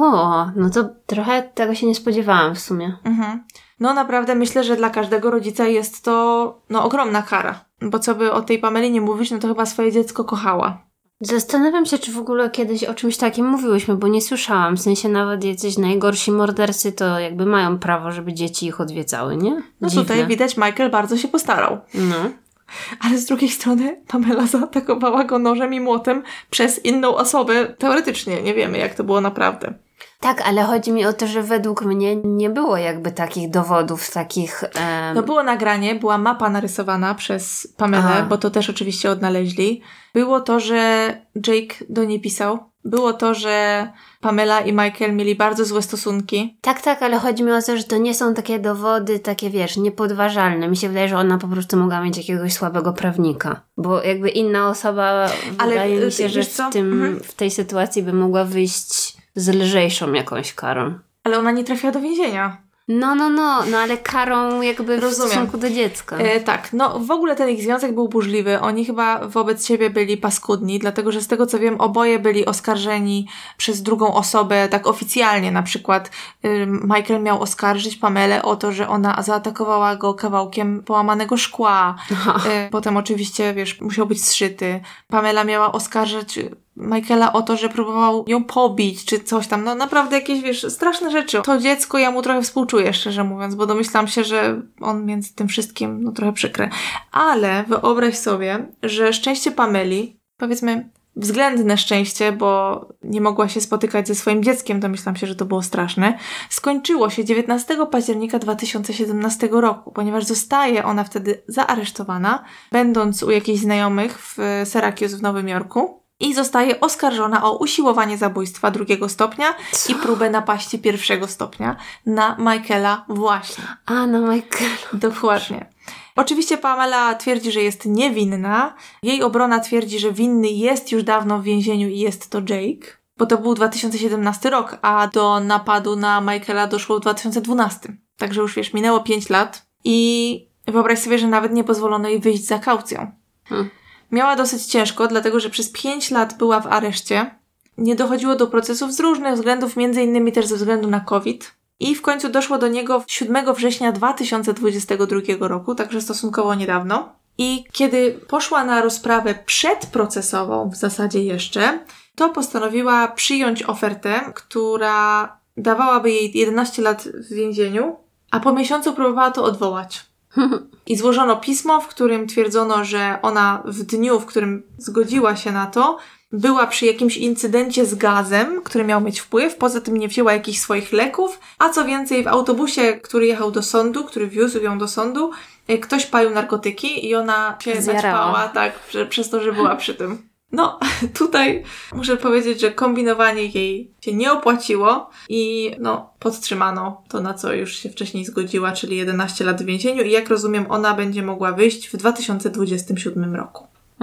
To trochę tego się nie spodziewałam w sumie. Naprawdę myślę, że dla każdego rodzica jest to ogromna kara. Bo co by o tej Pameli nie mówić, to chyba swoje dziecko kochała. Zastanawiam się, czy w ogóle kiedyś o czymś takim mówiłyśmy, bo nie słyszałam. W sensie nawet jacyś najgorsi mordercy to jakby mają prawo, żeby dzieci ich odwiedzały, nie? Dziwne. Tutaj widać, Michael bardzo się postarał. Ale z drugiej strony Pamela zaatakowała go nożem i młotem przez inną osobę. Teoretycznie nie wiemy, jak to było naprawdę. Tak, ale chodzi mi o to, że według mnie nie było jakby takich dowodów, takich... Było nagranie, była mapa narysowana przez Pamelę, bo to też oczywiście odnaleźli. Było to, że Jake do niej pisał. Było to, że Pamela i Michael mieli bardzo złe stosunki. Tak, ale chodzi mi o to, że to nie są takie dowody, takie niepodważalne. Mi się wydaje, że ona po prostu mogła mieć jakiegoś słabego prawnika. Bo jakby inna osoba, wydaje mi się, że w tej sytuacji by mogła wyjść z lżejszą jakąś karą. Ale ona nie trafiła do więzienia. Ale karą jakby w stosunku do dziecka. Tak, w ogóle ten ich związek był burzliwy. Oni chyba wobec siebie byli paskudni, dlatego że z tego co wiem, oboje byli oskarżeni przez drugą osobę, tak oficjalnie. Na przykład Michael miał oskarżyć Pamelę o to, że ona zaatakowała go kawałkiem połamanego szkła. Potem oczywiście, musiał być zszyty. Pamela miała oskarżać Michaela o to, że próbował ją pobić, czy coś tam. No naprawdę jakieś, wiesz, straszne rzeczy. To dziecko ja mu trochę współczuję, szczerze mówiąc, bo domyślam się, że on między tym wszystkim, no trochę przykre. Ale wyobraź sobie, że szczęście Pameli, powiedzmy względne szczęście, bo nie mogła się spotykać ze swoim dzieckiem, domyślam się, że to było straszne, skończyło się 19 października 2017 roku, ponieważ zostaje ona wtedy zaaresztowana, będąc u jakichś znajomych w Syracuse w Nowym Jorku i zostaje oskarżona o usiłowanie zabójstwa 2 stopnia i próbę napaści 1 stopnia na Michaela właśnie. A, na Michaela. Dokładnie. Oczywiście Pamela twierdzi, że jest niewinna. Jej obrona twierdzi, że winny jest już dawno w więzieniu i jest to Jake, bo to był 2017 rok, a do napadu na Michaela doszło w 2012. Także już wiesz, minęło 5 lat i wyobraź sobie, że nawet nie pozwolono jej wyjść za kaucją. Miała dosyć ciężko, dlatego że przez 5 lat była w areszcie. Nie dochodziło do procesów z różnych względów, między innymi też ze względu na COVID. I w końcu doszło do niego 7 września 2022 roku, także stosunkowo niedawno. I kiedy poszła na rozprawę przedprocesową w zasadzie jeszcze, to postanowiła przyjąć ofertę, która dawałaby jej 11 lat w więzieniu, a po miesiącu próbowała to odwołać. I złożono pismo, w którym twierdzono, że ona w dniu, w którym zgodziła się na to, była przy jakimś incydencie z gazem, który miał mieć wpływ, poza tym nie wzięła jakichś swoich leków, a co więcej w autobusie, który jechał do sądu, który wiózł ją do sądu, ktoś palił narkotyki i ona się naćpała, tak, przez to, że była przy tym. No, tutaj muszę powiedzieć, że kombinowanie jej się nie opłaciło i no, podtrzymano to, na co już się wcześniej zgodziła, czyli 11 lat w więzieniu i jak rozumiem, ona będzie mogła wyjść w 2027 roku.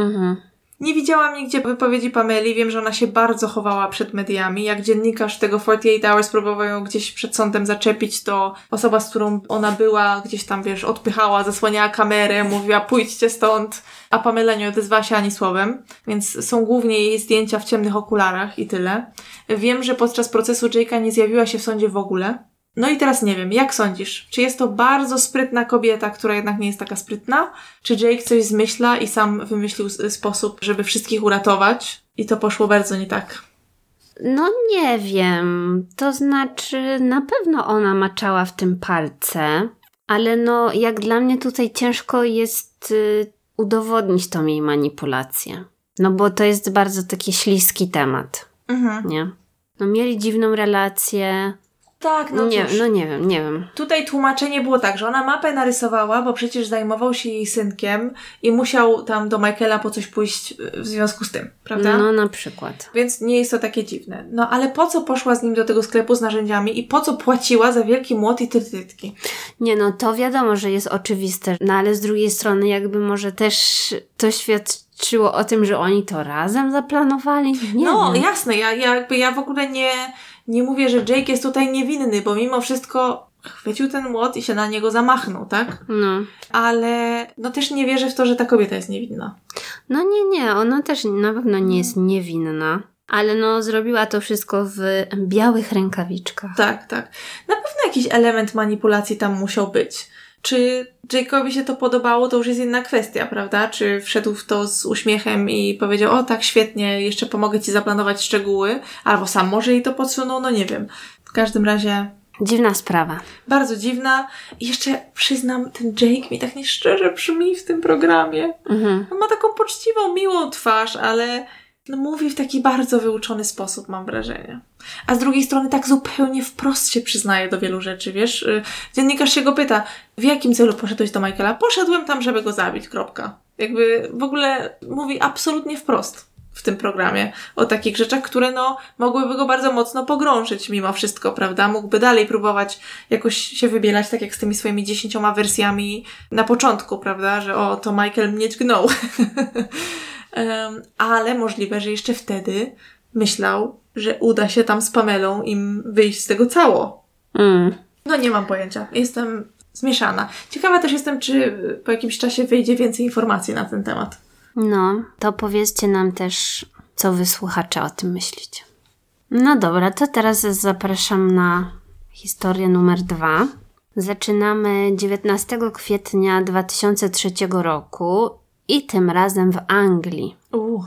Nie widziałam nigdzie wypowiedzi Pameli, wiem, że ona się bardzo chowała przed mediami. Jak dziennikarz tego 48 Hours próbował ją gdzieś przed sądem zaczepić, to osoba, z którą ona była, gdzieś tam, wiesz, odpychała, zasłaniała kamerę, mówiła pójdźcie stąd, a Pamela nie odezwała się ani słowem, więc są głównie jej zdjęcia w ciemnych okularach i tyle. Wiem, że podczas procesu Jake'a nie zjawiła się w sądzie w ogóle. No i teraz nie wiem, jak sądzisz? Czy jest to bardzo sprytna kobieta, która jednak nie jest taka sprytna? Czy Jake coś zmyśla i sam wymyślił sposób, żeby wszystkich uratować? I to poszło bardzo nie tak. No nie wiem. To znaczy, na pewno ona maczała w tym palce, ale no jak dla mnie tutaj ciężko jest udowodnić tą jej manipulację. No bo to jest bardzo taki śliski temat. Nie? No mieli dziwną relację. Tak, no nie, cóż. No nie wiem. Tutaj tłumaczenie było tak, że ona mapę narysowała, bo przecież zajmował się jej synkiem i musiał tam do Michaela po coś pójść w związku z tym, prawda? No na przykład. Więc nie jest to takie dziwne. No ale po co poszła z nim do tego sklepu z narzędziami i po co płaciła za wielki młot i trytytki? Nie no, to wiadomo, że jest oczywiste, no ale z drugiej strony jakby może też to świadczyło o tym, że oni to razem zaplanowali? Nie wiem. Jasne, ja w ogóle nie mówię, że Jake jest tutaj niewinny, bo mimo wszystko chwycił ten młot i się na niego zamachnął, tak? No. Ale no też nie wierzę w to, że ta kobieta jest niewinna. No nie, ona też na pewno nie jest niewinna. Ale no zrobiła to wszystko w białych rękawiczkach. Tak. Na pewno jakiś element manipulacji tam musiał być. Czy Jake'owi się to podobało, to już jest inna kwestia, prawda? Czy wszedł w to z uśmiechem i powiedział, o tak, świetnie, jeszcze pomogę ci zaplanować szczegóły, albo sam może jej to podsunął, no nie wiem. W każdym razie... Dziwna sprawa. Bardzo dziwna. I jeszcze przyznam, ten Jake mi tak nieszczerze brzmi w tym programie. On ma taką poczciwą, miłą twarz, ale... No, mówi w taki bardzo wyuczony sposób, mam wrażenie. A z drugiej strony tak zupełnie wprost się przyznaje do wielu rzeczy, wiesz? Dziennikarz się go pyta, w jakim celu poszedłeś do Michaela? Poszedłem tam, żeby go zabić, kropka. Jakby w ogóle mówi absolutnie wprost w tym programie o takich rzeczach, które no mogłyby go bardzo mocno pogrążyć mimo wszystko, prawda? Mógłby dalej próbować jakoś się wybielać, tak jak z tymi swoimi 10 wersjami na początku, prawda? Że o, to Michael mnie dźgnął. Ale możliwe, że jeszcze wtedy myślał, że uda się tam z Pamelą im wyjść z tego cało. No nie mam pojęcia. Jestem zmieszana. Ciekawa też jestem, czy po jakimś czasie wyjdzie więcej informacji na ten temat. No, to powiedzcie nam też, co wy słuchacze o tym myślicie. No dobra, to teraz zapraszam na historię numer 2. Zaczynamy 19 kwietnia 2003 roku i tym razem w Anglii.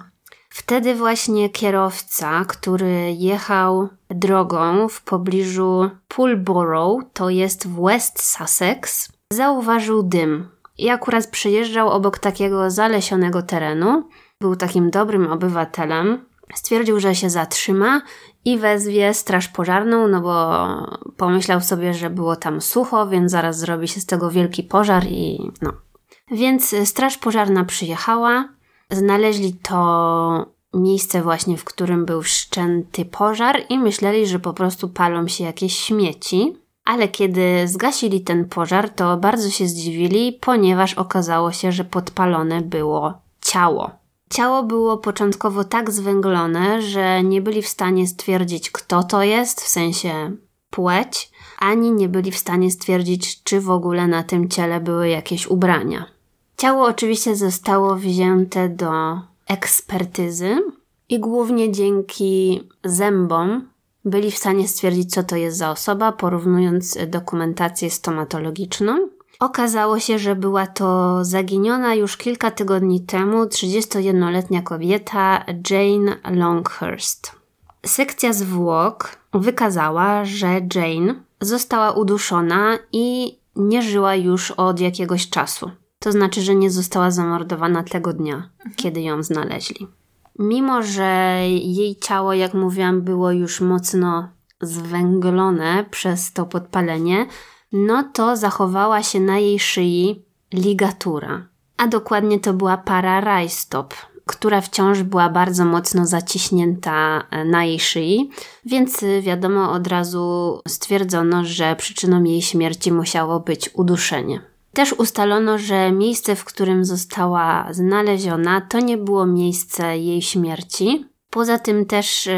Wtedy właśnie kierowca, który jechał drogą w pobliżu Pulborough, to jest w West Sussex, zauważył dym i akurat przyjeżdżał obok takiego zalesionego terenu. Był takim dobrym obywatelem. Stwierdził, że się zatrzyma i wezwie straż pożarną, no bo pomyślał sobie, że było tam sucho, więc zaraz zrobi się z tego wielki pożar i no. Więc straż pożarna przyjechała, znaleźli to miejsce właśnie, w którym był wszczęty pożar i myśleli, że po prostu palą się jakieś śmieci. Ale kiedy zgasili ten pożar, to bardzo się zdziwili, ponieważ okazało się, że podpalone było ciało. Ciało było początkowo tak zwęglone, że nie byli w stanie stwierdzić, kto to jest, w sensie płeć, ani nie byli w stanie stwierdzić, czy w ogóle na tym ciele były jakieś ubrania. Ciało oczywiście zostało wzięte do ekspertyzy i głównie dzięki zębom byli w stanie stwierdzić, co to jest za osoba, porównując dokumentację stomatologiczną. Okazało się, że była to zaginiona już kilka tygodni temu 31-letnia kobieta Jane Longhurst. Sekcja zwłok wykazała, że Jane została uduszona i nie żyła już od jakiegoś czasu. To znaczy, że nie została zamordowana tego dnia, kiedy ją znaleźli. Mimo że jej ciało, jak mówiłam, było już mocno zwęglone przez to podpalenie, no to zachowała się na jej szyi ligatura. A dokładnie to była para rajstop, która wciąż była bardzo mocno zaciśnięta na jej szyi, więc wiadomo, od razu stwierdzono, że przyczyną jej śmierci musiało być uduszenie. Też ustalono, że miejsce, w którym została znaleziona, to nie było miejsce jej śmierci. Poza tym też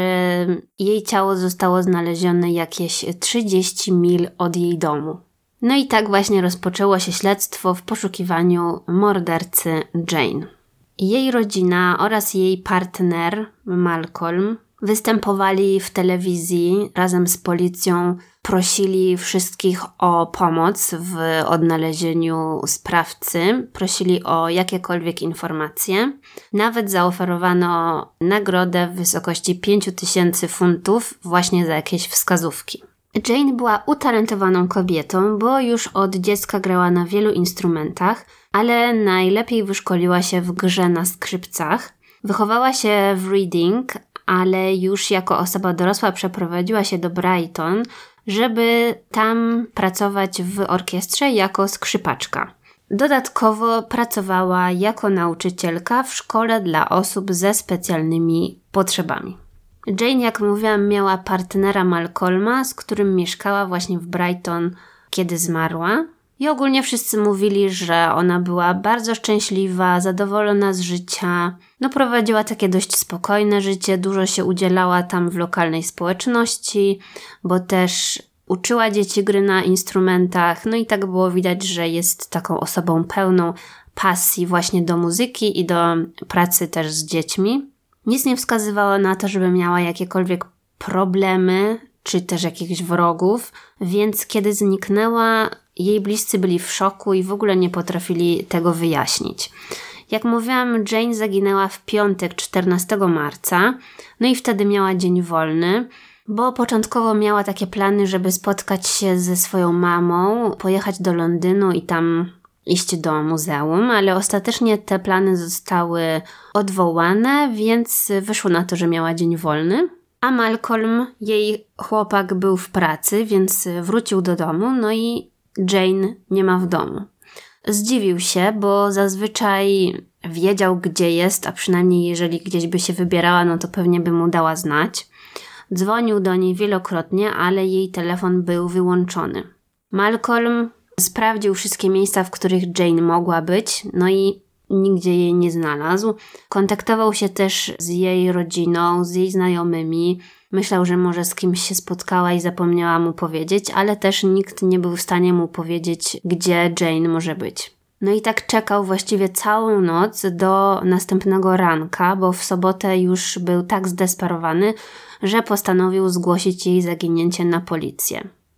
jej ciało zostało znalezione jakieś 30 mil od jej domu. No i tak właśnie rozpoczęło się śledztwo w poszukiwaniu mordercy Jane. Jej rodzina oraz jej partner Malcolm występowali w telewizji razem z policją, prosili wszystkich o pomoc w odnalezieniu sprawcy, prosili o jakiekolwiek informacje. Nawet zaoferowano nagrodę w wysokości 5000 funtów właśnie za jakieś wskazówki. Jane była utalentowaną kobietą, bo już od dziecka grała na wielu instrumentach, ale najlepiej wyszkoliła się w grze na skrzypcach. Wychowała się w Reading, ale już jako osoba dorosła przeprowadziła się do Brighton, żeby tam pracować w orkiestrze jako skrzypaczka. Dodatkowo pracowała jako nauczycielka w szkole dla osób ze specjalnymi potrzebami. Jane, jak mówiłam, miała partnera Malcolma, z którym mieszkała właśnie w Brighton, kiedy zmarła. I ogólnie wszyscy mówili, że ona była bardzo szczęśliwa, zadowolona z życia. No prowadziła takie dość spokojne życie, dużo się udzielała tam w lokalnej społeczności, bo też uczyła dzieci gry na instrumentach. No i tak było widać, że jest taką osobą pełną pasji właśnie do muzyki i do pracy też z dziećmi. Nic nie wskazywało na to, żeby miała jakiekolwiek problemy czy też jakichś wrogów, więc kiedy zniknęła, jej bliscy byli w szoku i w ogóle nie potrafili tego wyjaśnić. Jak mówiłam, Jane zaginęła w piątek 14 marca, no i wtedy miała dzień wolny, bo początkowo miała takie plany, żeby spotkać się ze swoją mamą, pojechać do Londynu i tam iść do muzeum, ale ostatecznie te plany zostały odwołane, więc wyszło na to, że miała dzień wolny. A Malcolm, jej chłopak, był w pracy, więc wrócił do domu, no i Jane nie ma w domu. Zdziwił się, bo zazwyczaj wiedział, gdzie jest, a przynajmniej jeżeli gdzieś by się wybierała, no to pewnie by mu dała znać. Dzwonił do niej wielokrotnie, ale jej telefon był wyłączony. Malcolm sprawdził wszystkie miejsca, w których Jane mogła być, no i nigdzie jej nie znalazł. Kontaktował się też z jej rodziną, z jej znajomymi. Myślał, że może z kimś się spotkała i zapomniała mu powiedzieć, ale też nikt nie był w stanie mu powiedzieć, gdzie Jane może być. No i tak czekał właściwie całą noc do następnego ranka, bo w sobotę już był tak zdesperowany, że postanowił zgłosić jej zaginięcie na policję.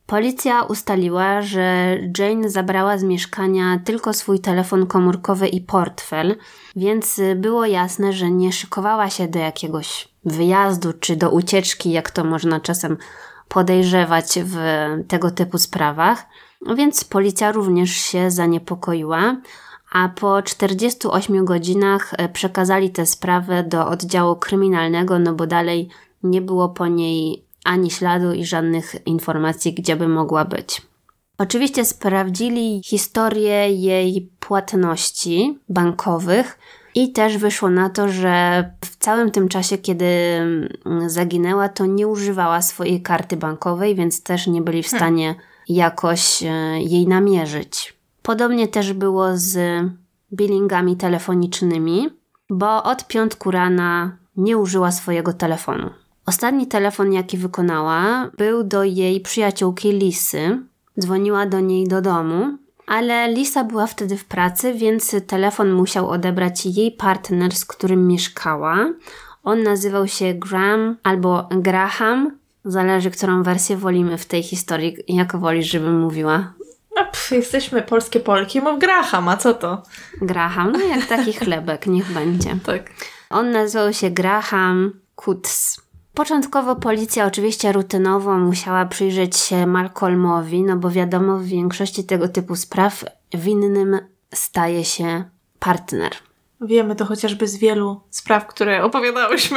Policja ustaliła, że Jane zabrała z mieszkania tylko swój telefon komórkowy i portfel, więc było jasne, że nie szykowała się do jakiegoś wyjazdu czy do ucieczki, jak to można czasem podejrzewać w tego typu sprawach, więc policja również się zaniepokoiła, a po 48 godzinach przekazali tę sprawę do oddziału kryminalnego, no bo dalej nie było po niej ani śladu i żadnych informacji, gdzie by mogła być. Oczywiście sprawdzili historię jej płatności bankowych i też wyszło na to, że w całym tym czasie, kiedy zaginęła, to nie używała swojej karty bankowej, więc też nie byli w stanie jakoś jej namierzyć. Podobnie też było z billingami telefonicznymi, bo od piątku rana nie użyła swojego telefonu. Ostatni telefon, jaki wykonała, był do jej przyjaciółki Lisy. Dzwoniła do niej do domu, ale Lisa była wtedy w pracy, więc telefon musiał odebrać jej partner, z którym mieszkała. On nazywał się Graham albo Graham, zależy, którą wersję wolimy w tej historii, jak wolisz, żebym mówiła. Jesteśmy polskie Polki, mów Graham, a co to? Graham, no jak taki chlebek, niech będzie. Tak. On nazywał się Graham Coots. Początkowo policja oczywiście rutynowo musiała przyjrzeć się Malcolmowi, no bo wiadomo, w większości tego typu spraw winnym staje się partner. Wiemy to chociażby z wielu spraw, które opowiadałyśmy.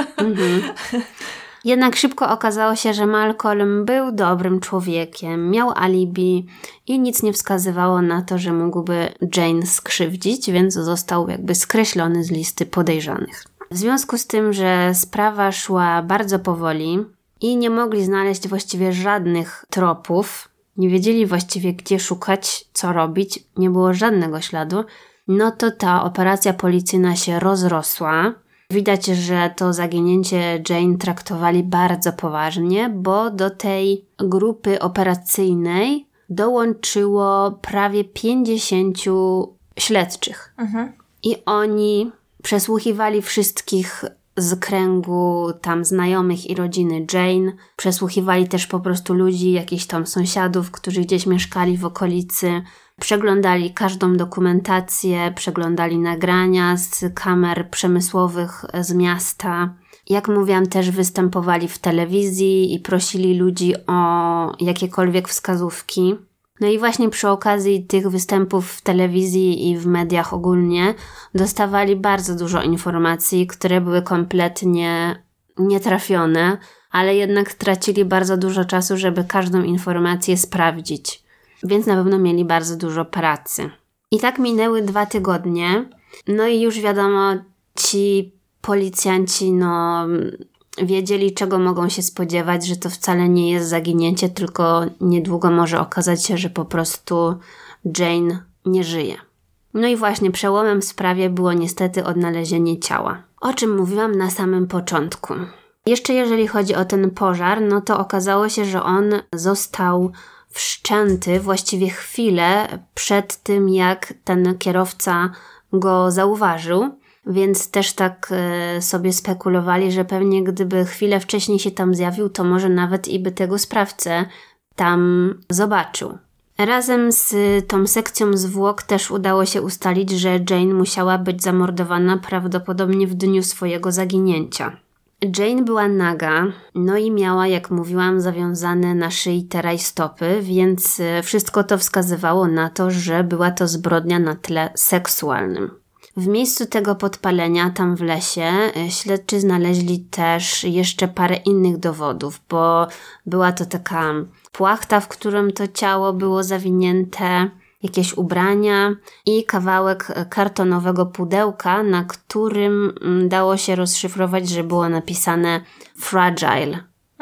Jednak szybko okazało się, że Malcolm był dobrym człowiekiem, miał alibi i nic nie wskazywało na to, że mógłby Jane skrzywdzić, więc został jakby skreślony z listy podejrzanych. W związku z tym, że sprawa szła bardzo powoli i nie mogli znaleźć właściwie żadnych tropów, nie wiedzieli właściwie gdzie szukać, co robić, nie było żadnego śladu, no to ta operacja policyjna się rozrosła. Widać, że to zaginięcie Jane traktowali bardzo poważnie, bo do tej grupy operacyjnej dołączyło prawie 50 śledczych. I oni przesłuchiwali wszystkich z kręgu tam znajomych i rodziny Jane. Przesłuchiwali też po prostu ludzi, jakichś tam sąsiadów, którzy gdzieś mieszkali w okolicy. Przeglądali każdą dokumentację, przeglądali nagrania z kamer przemysłowych z miasta. Jak mówiłam, też występowali w telewizji i prosili ludzi o jakiekolwiek wskazówki. No i właśnie przy okazji tych występów w telewizji i w mediach ogólnie dostawali bardzo dużo informacji, które były kompletnie nietrafione, ale jednak tracili bardzo dużo czasu, żeby każdą informację sprawdzić. Więc na pewno mieli bardzo dużo pracy. I tak minęły 2 tygodnie. No i już wiadomo, ci policjanci wiedzieli, czego mogą się spodziewać, że to wcale nie jest zaginięcie, tylko niedługo może okazać się, że po prostu Jane nie żyje. No i właśnie przełomem w sprawie było niestety odnalezienie ciała, o czym mówiłam na samym początku. Jeszcze jeżeli chodzi o ten pożar, no to okazało się, że on został wszczęty właściwie chwilę przed tym, jak ten kierowca go zauważył, więc też tak sobie spekulowali, że pewnie gdyby chwilę wcześniej się tam zjawił, to może nawet i by tego sprawcę tam zobaczył. Razem z tą sekcją zwłok też udało się ustalić, że Jane musiała być zamordowana prawdopodobnie w dniu swojego zaginięcia. Jane była naga, no i miała, jak mówiłam, zawiązane na szyi te rajstopy, więc wszystko to wskazywało na to, że była to zbrodnia na tle seksualnym. W miejscu tego podpalenia, tam w lesie, śledczy znaleźli też jeszcze parę innych dowodów, bo była to taka płachta, w którą to ciało było zawinięte, jakieś ubrania i kawałek kartonowego pudełka, na którym dało się rozszyfrować, że było napisane fragile.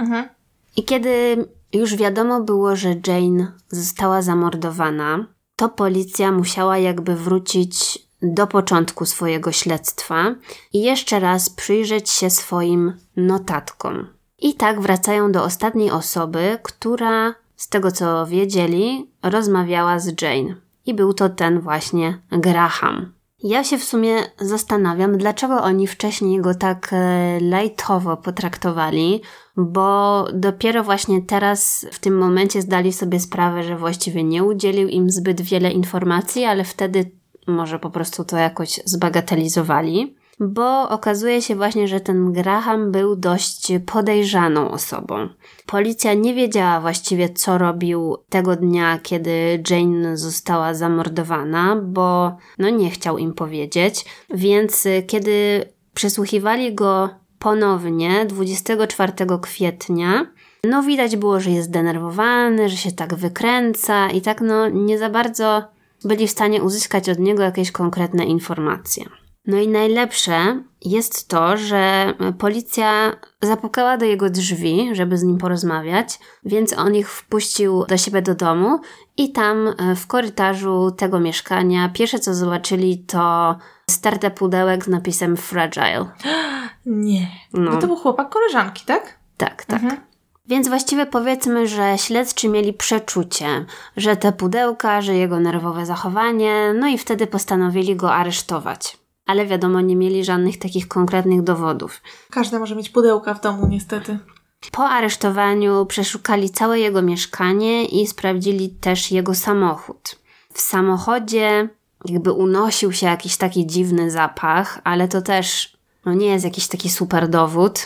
I kiedy już wiadomo było, że Jane została zamordowana, to policja musiała jakby wrócić do początku swojego śledztwa i jeszcze raz przyjrzeć się swoim notatkom. I tak wracają do ostatniej osoby, która, z tego co wiedzieli, rozmawiała z Jane. I był to ten właśnie Graham. Ja się w sumie zastanawiam, dlaczego oni wcześniej go tak lajtowo potraktowali, bo dopiero właśnie teraz w tym momencie zdali sobie sprawę, że właściwie nie udzielił im zbyt wiele informacji, ale wtedy może po prostu to jakoś zbagatelizowali, bo okazuje się właśnie, że ten Graham był dość podejrzaną osobą. Policja nie wiedziała właściwie, co robił tego dnia, kiedy Jane została zamordowana, bo nie chciał im powiedzieć, więc kiedy przesłuchiwali go ponownie 24 kwietnia, widać było, że jest zdenerwowany, że się tak wykręca i tak nie za bardzo byli w stanie uzyskać od niego jakieś konkretne informacje. I najlepsze jest to, że policja zapukała do jego drzwi, żeby z nim porozmawiać, więc on ich wpuścił do siebie do domu i tam w korytarzu tego mieszkania pierwsze co zobaczyli to starte pudełek z napisem Fragile. Nie. No to był chłopak koleżanki, tak? Tak. Więc właściwie powiedzmy, że śledczy mieli przeczucie, że te pudełka, że jego nerwowe zachowanie, i wtedy postanowili go aresztować. Ale wiadomo, nie mieli żadnych takich konkretnych dowodów. Każdy może mieć pudełka w domu, niestety. Po aresztowaniu przeszukali całe jego mieszkanie i sprawdzili też jego samochód. W samochodzie jakby unosił się jakiś taki dziwny zapach, ale to też nie jest jakiś taki super dowód.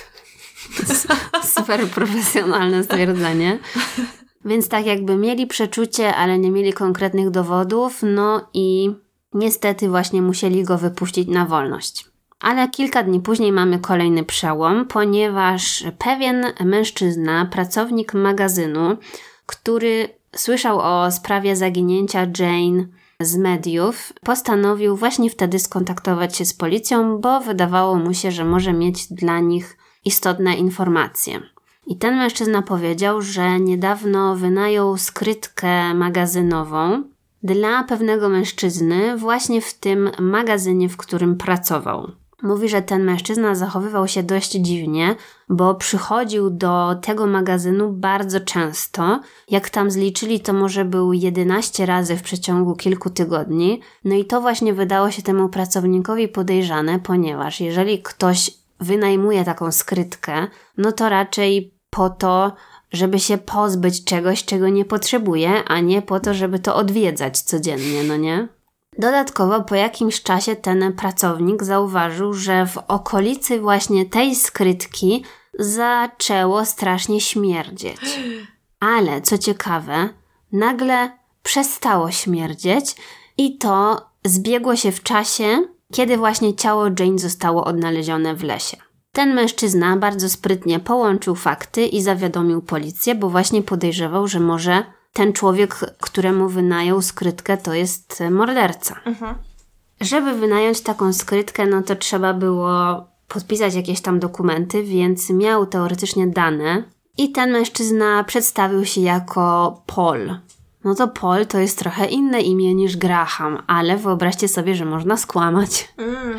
Super profesjonalne stwierdzenie. Więc tak jakby mieli przeczucie, ale nie mieli konkretnych dowodów, i niestety właśnie musieli go wypuścić na wolność. Ale kilka dni później mamy kolejny przełom, ponieważ pewien mężczyzna, pracownik magazynu, który słyszał o sprawie zaginięcia Jane z mediów, postanowił właśnie wtedy skontaktować się z policją, bo wydawało mu się, że może mieć dla nich istotne informacje. I ten mężczyzna powiedział, że niedawno wynajął skrytkę magazynową dla pewnego mężczyzny właśnie w tym magazynie, w którym pracował. Mówi, że ten mężczyzna zachowywał się dość dziwnie, bo przychodził do tego magazynu bardzo często. Jak tam zliczyli, to może był 11 razy w przeciągu kilku tygodni. I to właśnie wydało się temu pracownikowi podejrzane, ponieważ jeżeli ktoś wynajmuje taką skrytkę, to raczej po to, żeby się pozbyć czegoś, czego nie potrzebuje, a nie po to, żeby to odwiedzać codziennie, nie? Dodatkowo po jakimś czasie ten pracownik zauważył, że w okolicy właśnie tej skrytki zaczęło strasznie śmierdzieć. Ale co ciekawe, nagle przestało śmierdzieć i to zbiegło się w czasie, kiedy właśnie ciało Jane zostało odnalezione w lesie. Ten mężczyzna bardzo sprytnie połączył fakty i zawiadomił policję, bo właśnie podejrzewał, że może ten człowiek, któremu wynajął skrytkę, to jest morderca. Żeby wynająć taką skrytkę, to trzeba było podpisać jakieś tam dokumenty, więc miał teoretycznie dane i ten mężczyzna przedstawił się jako Paul. To Paul to jest trochę inne imię niż Graham, ale wyobraźcie sobie, że można skłamać.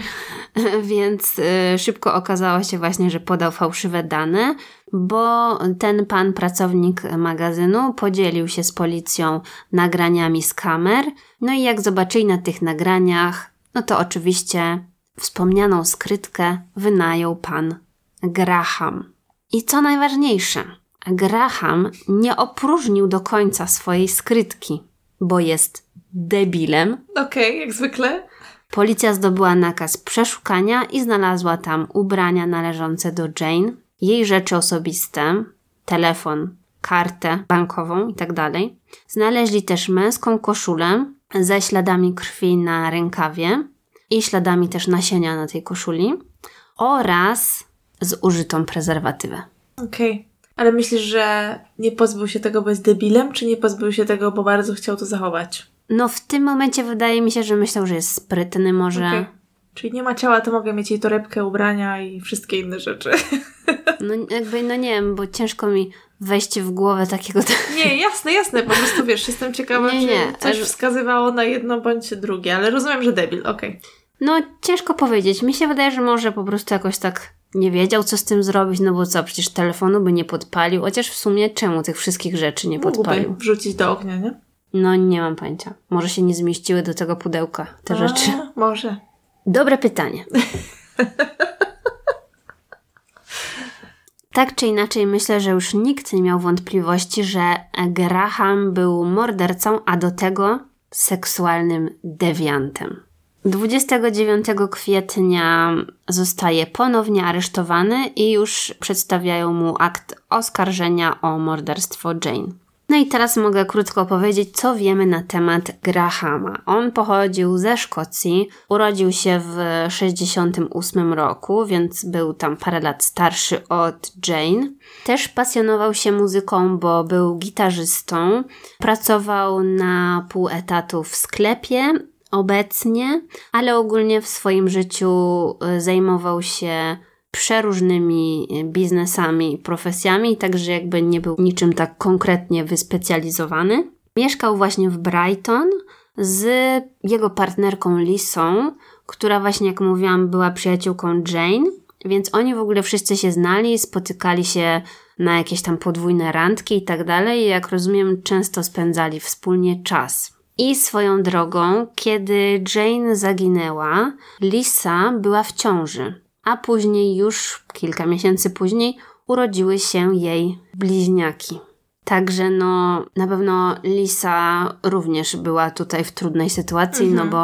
Więc szybko okazało się właśnie, że podał fałszywe dane, bo ten pan pracownik magazynu podzielił się z policją nagraniami z kamer. I jak zobaczyli na tych nagraniach, to oczywiście wspomnianą skrytkę wynajął pan Graham. I co najważniejsze, Graham nie opróżnił do końca swojej skrytki, bo jest debilem. Okej, jak zwykle. Policja zdobyła nakaz przeszukania i znalazła tam ubrania należące do Jane, jej rzeczy osobiste, telefon, kartę bankową itd. Znaleźli też męską koszulę ze śladami krwi na rękawie i śladami też nasienia na tej koszuli oraz zużytą prezerwatywę. Okej. Ale myślisz, że nie pozbył się tego, bo jest debilem, czy nie pozbył się tego, bo bardzo chciał to zachować? W tym momencie wydaje mi się, że myślał, że jest sprytny może. Okay. Czyli nie ma ciała, to mogę mieć jej torebkę, ubrania i wszystkie inne rzeczy. Nie wiem, bo ciężko mi wejść w głowę takiego... Nie, jasne, po prostu wiesz, jestem ciekawa, czy coś wskazywało na jedno bądź drugie, ale rozumiem, że debil, okej. Ciężko powiedzieć. Mi się wydaje, że może po prostu jakoś tak nie wiedział, co z tym zrobić, bo co, przecież telefonu by nie podpalił, chociaż w sumie czemu tych wszystkich rzeczy nie podpalił? Mógłby wrzucić do ognia, nie? No nie mam pojęcia. Może się nie zmieściły do tego pudełka te rzeczy. Może. Dobre pytanie. Tak czy inaczej myślę, że już nikt nie miał wątpliwości, że Graham był mordercą, a do tego seksualnym dewiantem. 29 kwietnia zostaje ponownie aresztowany i już przedstawiają mu akt oskarżenia o morderstwo Jane. No i teraz mogę krótko powiedzieć, co wiemy na temat Grahama. On pochodził ze Szkocji, urodził się w 1968 roku, więc był tam parę lat starszy od Jane. Też pasjonował się muzyką, bo był gitarzystą. Pracował na pół etatu w sklepie obecnie, ale ogólnie w swoim życiu zajmował się przeróżnymi biznesami i profesjami, także jakby nie był niczym tak konkretnie wyspecjalizowany. Mieszkał właśnie w Brighton z jego partnerką Lisą, która właśnie, jak mówiłam, była przyjaciółką Jane, więc oni w ogóle wszyscy się znali, spotykali się na jakieś tam podwójne randki i tak dalej. Jak rozumiem, często spędzali wspólnie czas. I swoją drogą, kiedy Jane zaginęła, Lisa była w ciąży. A później, już kilka miesięcy później, urodziły się jej bliźniaki. Także no, na pewno Lisa również była tutaj w trudnej sytuacji, no bo...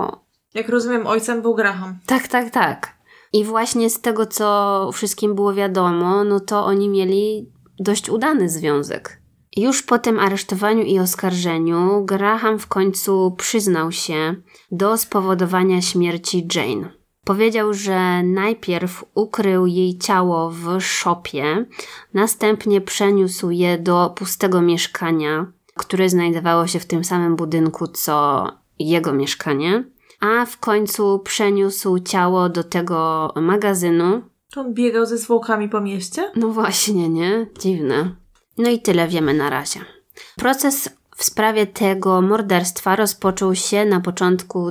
Jak rozumiem, ojcem był Graham. Tak. I właśnie z tego, co wszystkim było wiadomo, no to oni mieli dość udany związek. Już po tym aresztowaniu i oskarżeniu Graham w końcu przyznał się do spowodowania śmierci Jane. Powiedział, że najpierw ukrył jej ciało w szopie, następnie przeniósł je do pustego mieszkania, które znajdowało się w tym samym budynku co jego mieszkanie, a w końcu przeniósł ciało do tego magazynu. To on biegał ze zwłokami po mieście? No właśnie, nie? Dziwne. No i tyle wiemy na razie. Proces w sprawie tego morderstwa rozpoczął się na początku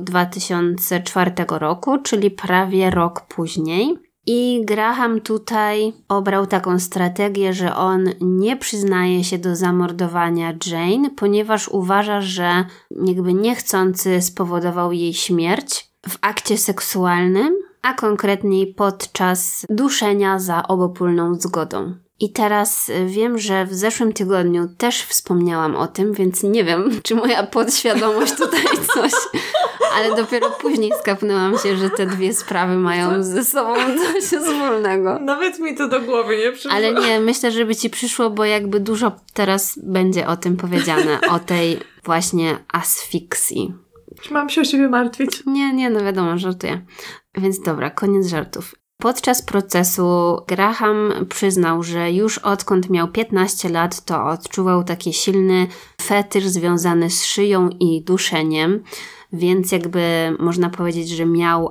2004 roku, czyli prawie rok później. I Graham tutaj obrał taką strategię, że on nie przyznaje się do zamordowania Jane, ponieważ uważa, że jakby niechcący spowodował jej śmierć w akcie seksualnym, a konkretniej podczas duszenia za obopólną zgodą. I teraz wiem, że w zeszłym tygodniu też wspomniałam o tym, więc nie wiem, czy moja podświadomość tutaj coś, ale dopiero później skapnęłam się, że te dwie sprawy mają ze sobą coś wspólnego. Nawet mi to do głowy nie przyszło. Ale nie, myślę, żeby ci przyszło, bo jakby dużo teraz będzie o tym powiedziane, o tej właśnie asfiksji. Czy mam się o siebie martwić? Nie, no wiadomo, żartuję. Więc dobra, koniec żartów. Podczas procesu Graham przyznał, że już odkąd miał 15 lat, to odczuwał taki silny fetysz związany z szyją i duszeniem, więc jakby można powiedzieć, że miał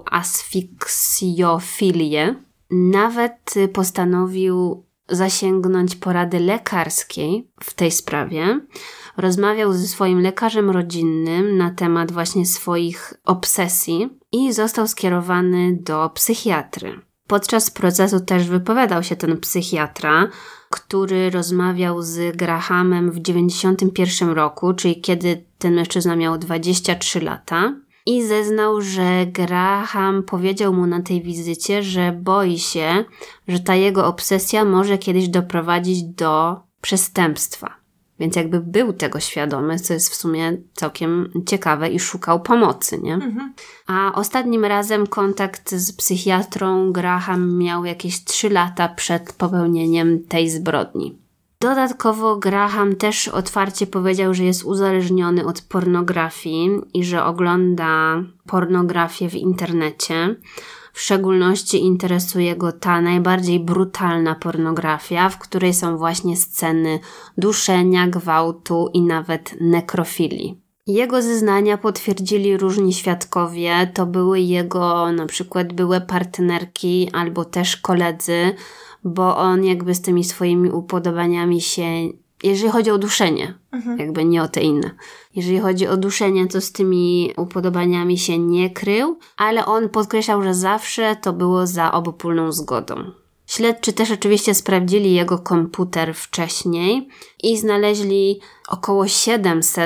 asfiksjofilię. Nawet postanowił zasięgnąć porady lekarskiej w tej sprawie. Rozmawiał ze swoim lekarzem rodzinnym na temat właśnie swoich obsesji i został skierowany do psychiatry. Podczas procesu też wypowiadał się ten psychiatra, który rozmawiał z Grahamem w 1991 roku, czyli kiedy ten mężczyzna miał 23 lata. I zeznał, że Graham powiedział mu na tej wizycie, że boi się, że ta jego obsesja może kiedyś doprowadzić do przestępstwa. Więc jakby był tego świadomy, co jest w sumie całkiem ciekawe i szukał pomocy, nie? A ostatnim razem kontakt z psychiatrą Graham miał jakieś 3 lata przed popełnieniem tej zbrodni. Dodatkowo Graham też otwarcie powiedział, że jest uzależniony od pornografii i że ogląda pornografię w internecie. W szczególności interesuje go ta najbardziej brutalna pornografia, w której są właśnie sceny duszenia, gwałtu i nawet nekrofilii. Jego zeznania potwierdzili różni świadkowie, to były jego na przykład byłe partnerki albo też koledzy, bo on jakby z tymi swoimi upodobaniami się, jeżeli chodzi o duszenie, jakby nie o te inne. Jeżeli chodzi o duszenie, to z tymi upodobaniami się nie krył, ale on podkreślał, że zawsze to było za obopólną zgodą. Śledczy też oczywiście sprawdzili jego komputer wcześniej i znaleźli około 700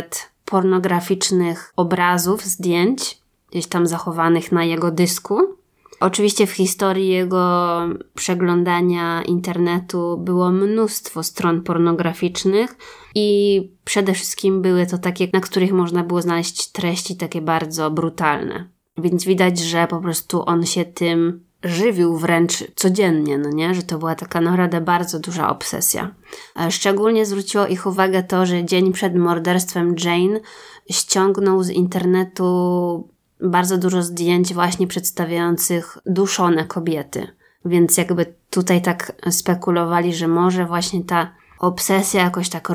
pornograficznych obrazów, zdjęć, gdzieś tam zachowanych na jego dysku. Oczywiście w historii jego przeglądania internetu było mnóstwo stron pornograficznych i przede wszystkim były to takie, na których można było znaleźć treści takie bardzo brutalne. Więc widać, że po prostu on się tym żywił wręcz codziennie, no nie? Że to była taka naprawdę bardzo duża obsesja. Szczególnie zwróciło ich uwagę to, że dzień przed morderstwem Jane ściągnął z internetu bardzo dużo zdjęć właśnie przedstawiających duszone kobiety. Więc jakby tutaj tak spekulowali, że może właśnie ta obsesja jakoś tak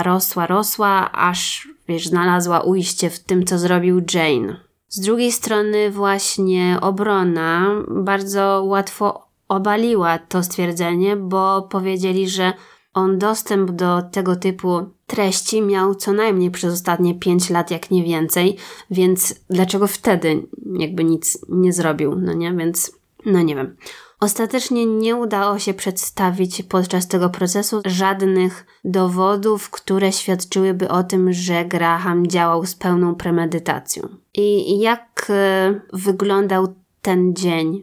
rosła, aż znalazła ujście w tym, co zrobił Jane. Z drugiej strony właśnie obrona bardzo łatwo obaliła to stwierdzenie, bo powiedzieli, że on dostęp do tego typu treści miał co najmniej przez ostatnie 5 lat, jak nie więcej, więc dlaczego wtedy jakby nic nie zrobił, no nie? Więc no nie wiem. Ostatecznie nie udało się przedstawić podczas tego procesu żadnych dowodów, które świadczyłyby o tym, że Graham działał z pełną premedytacją. I jak wyglądał ten dzień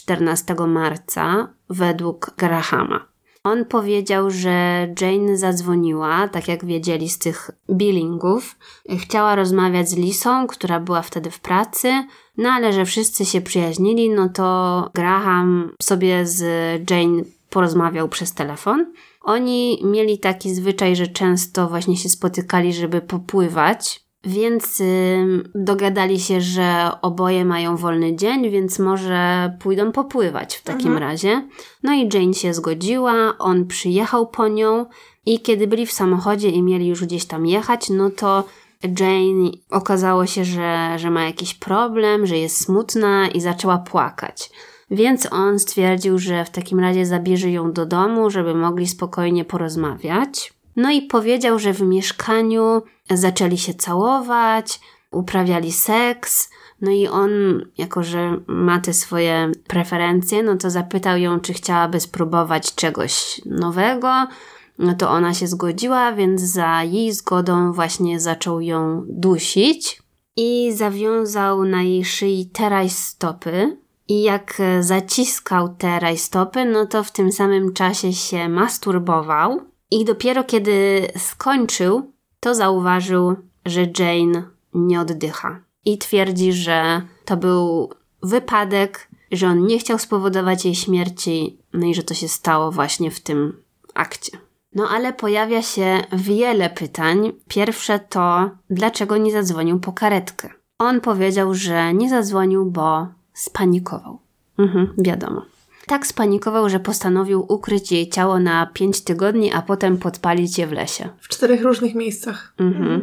14 marca według Grahama? On powiedział, że Jane zadzwoniła, tak jak wiedzieli z tych billingów. Chciała rozmawiać z Lisą, która była wtedy w pracy, no ale że wszyscy się przyjaźnili, no to Graham sobie z Jane porozmawiał przez telefon. Oni mieli taki zwyczaj, że często właśnie się spotykali, żeby popływać, więc dogadali się, że oboje mają wolny dzień, więc może pójdą popływać w takim razie. No i Jane się zgodziła, on przyjechał po nią i kiedy byli w samochodzie i mieli już gdzieś tam jechać, no to Jane okazało się, że ma jakiś problem, że jest smutna i zaczęła płakać. Więc on stwierdził, że w takim razie zabierze ją do domu, żeby mogli spokojnie porozmawiać. No i powiedział, że w mieszkaniu zaczęli się całować, uprawiali seks, no i on, jako że ma te swoje preferencje, no to zapytał ją, czy chciałaby spróbować czegoś nowego. No to ona się zgodziła, więc za jej zgodą właśnie zaczął ją dusić i zawiązał na jej szyi te rajstopy. I jak zaciskał te rajstopy, no to w tym samym czasie się masturbował. I dopiero kiedy skończył, to zauważył, że Jane nie oddycha. I twierdzi, że to był wypadek, że on nie chciał spowodować jej śmierci, no i że to się stało właśnie w tym akcie. No ale pojawia się wiele pytań. Pierwsze to, dlaczego nie zadzwonił po karetkę? On powiedział, że nie zadzwonił, bo spanikował. Wiadomo. Tak spanikował, że postanowił ukryć jej ciało na 5 tygodni, a potem podpalić je w lesie. W 4 różnych miejscach.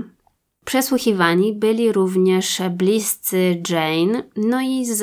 Przesłuchiwani byli również bliscy Jane, no i z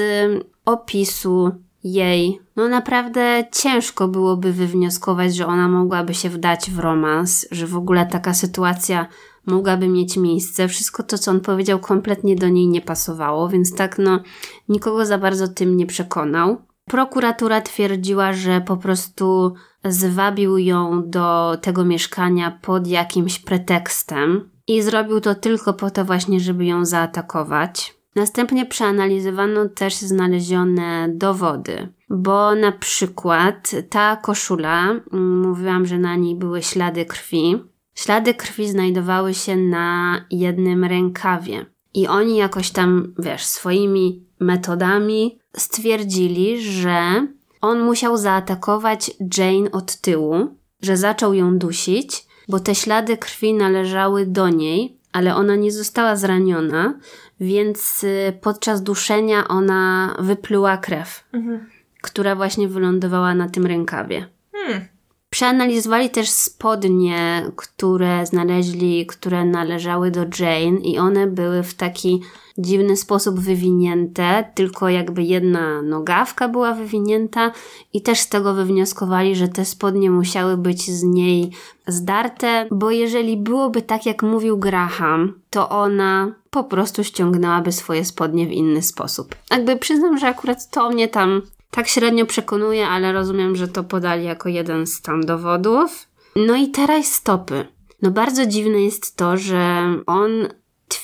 opisu jej, no naprawdę ciężko byłoby wywnioskować, że ona mogłaby się wdać w romans, że w ogóle taka sytuacja mogłaby mieć miejsce. Wszystko to, co on powiedział, kompletnie do niej nie pasowało, więc tak nikogo za bardzo tym nie przekonał. Prokuratura twierdziła, że po prostu zwabił ją do tego mieszkania pod jakimś pretekstem i zrobił to tylko po to właśnie, żeby ją zaatakować. Następnie przeanalizowano też znalezione dowody, bo na przykład ta koszula, mówiłam, że na niej były ślady krwi. Ślady krwi znajdowały się na jednym rękawie i oni jakoś tam, swoimi metodami stwierdzili, że on musiał zaatakować Jane od tyłu, że zaczął ją dusić, bo te ślady krwi należały do niej, ale ona nie została zraniona, więc podczas duszenia ona wypluła krew, która właśnie wylądowała na tym rękawie. Przeanalizowali też spodnie, które znaleźli, które należały do Jane i one były w taki dziwny sposób wywinięte, tylko jakby jedna nogawka była wywinięta i też z tego wywnioskowali, że te spodnie musiały być z niej zdarte, bo jeżeli byłoby tak, jak mówił Graham, to ona po prostu ściągnęłaby swoje spodnie w inny sposób. Jakby przyznam, że akurat to mnie tam tak średnio przekonuje, ale rozumiem, że to podali jako jeden z tam dowodów. No i teraz stopy. No bardzo dziwne jest to, że on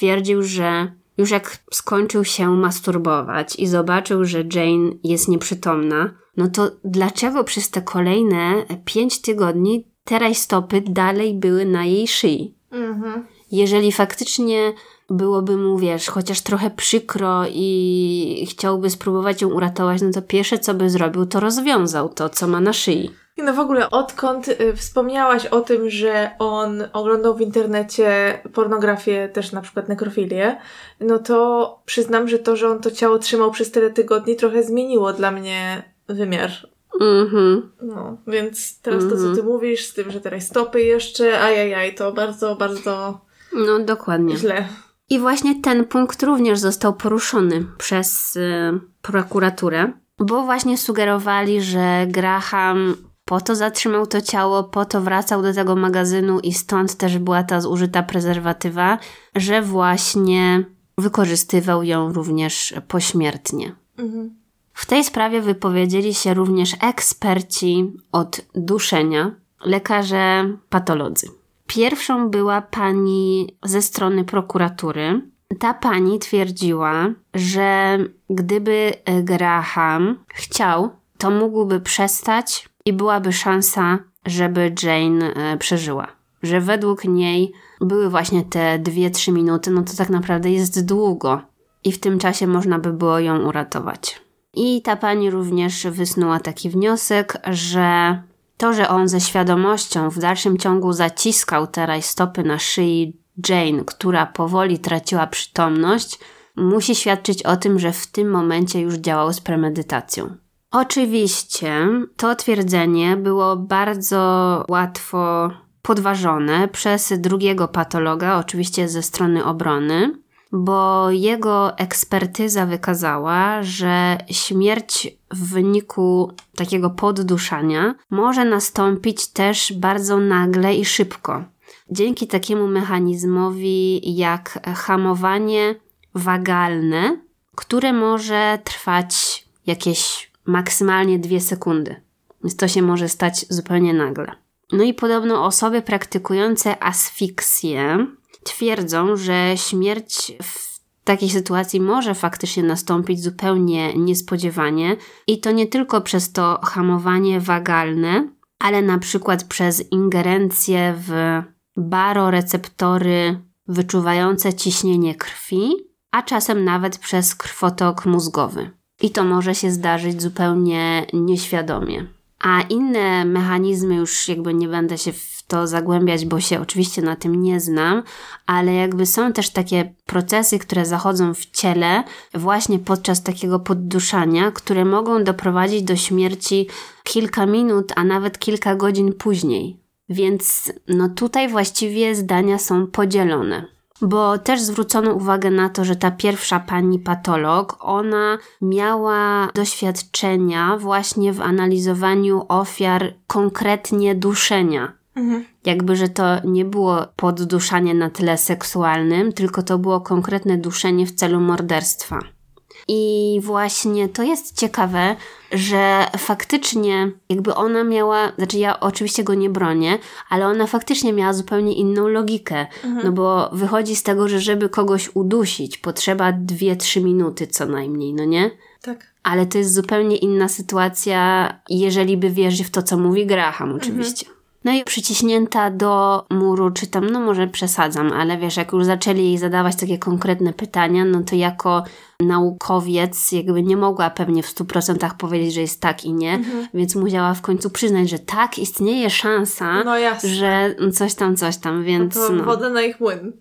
stwierdził, że już jak skończył się masturbować i zobaczył, że Jane jest nieprzytomna, no to dlaczego przez te kolejne 5 tygodni te rajstopy dalej były na jej szyi? Jeżeli faktycznie byłoby mu, wiesz, chociaż trochę przykro i chciałby spróbować ją uratować, no to pierwsze co by zrobił, to rozwiązał to, co ma na szyi. No w ogóle odkąd wspomniałaś o tym, że on oglądał w internecie pornografię, też na przykład nekrofilię, no to przyznam, że to, że on to ciało trzymał przez tyle tygodni, trochę zmieniło dla mnie wymiar. No, więc teraz to, co ty mówisz, z tym, że teraz stopy jeszcze, ajajaj, to bardzo, bardzo no, dokładnie. źle. I właśnie ten punkt również został poruszony przez prokuraturę, bo właśnie sugerowali, że Graham po to zatrzymał to ciało, po to wracał do tego magazynu i stąd też była ta zużyta prezerwatywa, że właśnie wykorzystywał ją również pośmiertnie. W tej sprawie wypowiedzieli się również eksperci od duszenia, lekarze patolodzy. Pierwszą była pani ze strony prokuratury. Ta pani twierdziła, że gdyby Graham chciał, to mógłby przestać i byłaby szansa, żeby Jane przeżyła. Że według niej były właśnie te 2-3 minuty, no to tak naprawdę jest długo i w tym czasie można by było ją uratować. I ta pani również wysnuła taki wniosek, że to, że on ze świadomością w dalszym ciągu zaciskał te rajstopy na szyi Jane, która powoli traciła przytomność, musi świadczyć o tym, że w tym momencie już działał z premedytacją. Oczywiście to twierdzenie było bardzo łatwo podważone przez drugiego patologa, oczywiście ze strony obrony, bo jego ekspertyza wykazała, że śmierć w wyniku takiego podduszania może nastąpić też bardzo nagle i szybko. Dzięki takiemu mechanizmowi jak hamowanie wagalne, które może trwać jakieś maksymalnie 2 sekundy. Więc to się może stać zupełnie nagle. No i podobno osoby praktykujące asfiksję twierdzą, że śmierć w takiej sytuacji może faktycznie nastąpić zupełnie niespodziewanie i to nie tylko przez to hamowanie wagalne, ale na przykład przez ingerencję w baroreceptory wyczuwające ciśnienie krwi, a czasem nawet przez krwotok mózgowy. I to może się zdarzyć zupełnie nieświadomie. A inne mechanizmy, już jakby nie będę się w to zagłębiać, bo się oczywiście na tym nie znam, ale jakby są też takie procesy, które zachodzą w ciele właśnie podczas takiego podduszania, które mogą doprowadzić do śmierci kilka minut, a nawet kilka godzin później. Więc no tutaj właściwie zdania są podzielone. Bo też zwrócono uwagę na to, że ta pierwsza pani patolog, ona miała doświadczenia właśnie w analizowaniu ofiar konkretnie duszenia. Jakby, że to nie było podduszanie na tle seksualnym, tylko to było konkretne duszenie w celu morderstwa. I właśnie to jest ciekawe, że faktycznie jakby ona miała, znaczy ja oczywiście go nie bronię, ale ona faktycznie miała zupełnie inną logikę, no bo wychodzi z tego, że żeby kogoś udusić potrzeba 2-3 minuty co najmniej, no nie? Tak. Ale to jest zupełnie inna sytuacja, jeżeli by wierzyć w to, co mówi Graham oczywiście. No i przyciśnięta do muru, czy tam, no może przesadzam, ale wiesz, jak już zaczęli jej zadawać takie konkretne pytania, no to jako naukowiec jakby nie mogła pewnie w 100% powiedzieć, że jest tak i nie, więc musiała w końcu przyznać, że tak, istnieje szansa, no że coś tam, więc no to woda na ich młyn.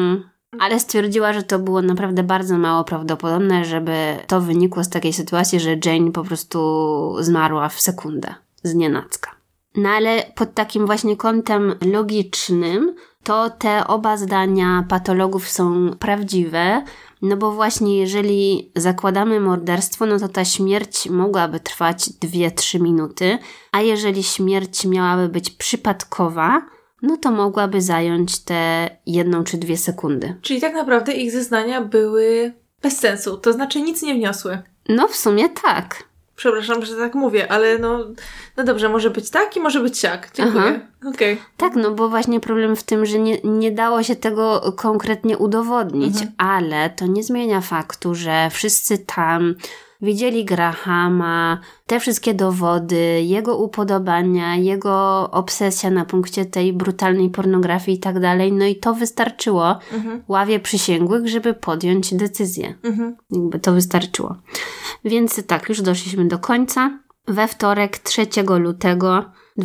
Ale stwierdziła, że to było naprawdę bardzo mało prawdopodobne, żeby to wynikło z takiej sytuacji, że Jane po prostu zmarła w sekundę, znienacka. No ale pod takim właśnie kątem logicznym to te oba zdania patologów są prawdziwe, no bo właśnie jeżeli zakładamy morderstwo, no to ta śmierć mogłaby trwać 2-3 minuty, a jeżeli śmierć miałaby być przypadkowa, no to mogłaby zająć te 1 czy 2 sekundy. Czyli tak naprawdę ich zeznania były bez sensu, to znaczy nic nie wniosły. No w sumie tak. Przepraszam, że tak mówię, ale no dobrze, może być tak i może być siak. Dziękuję. Okay. Tak, no bo właśnie problem w tym, że nie dało się tego konkretnie udowodnić, ale to nie zmienia faktu, że wszyscy tam widzieli Grahama, te wszystkie dowody, jego upodobania, jego obsesja na punkcie tej brutalnej pornografii i tak dalej, no i to wystarczyło ławie przysięgłych, żeby podjąć decyzję. Jakby to wystarczyło. Więc tak, już doszliśmy do końca. We wtorek 3 lutego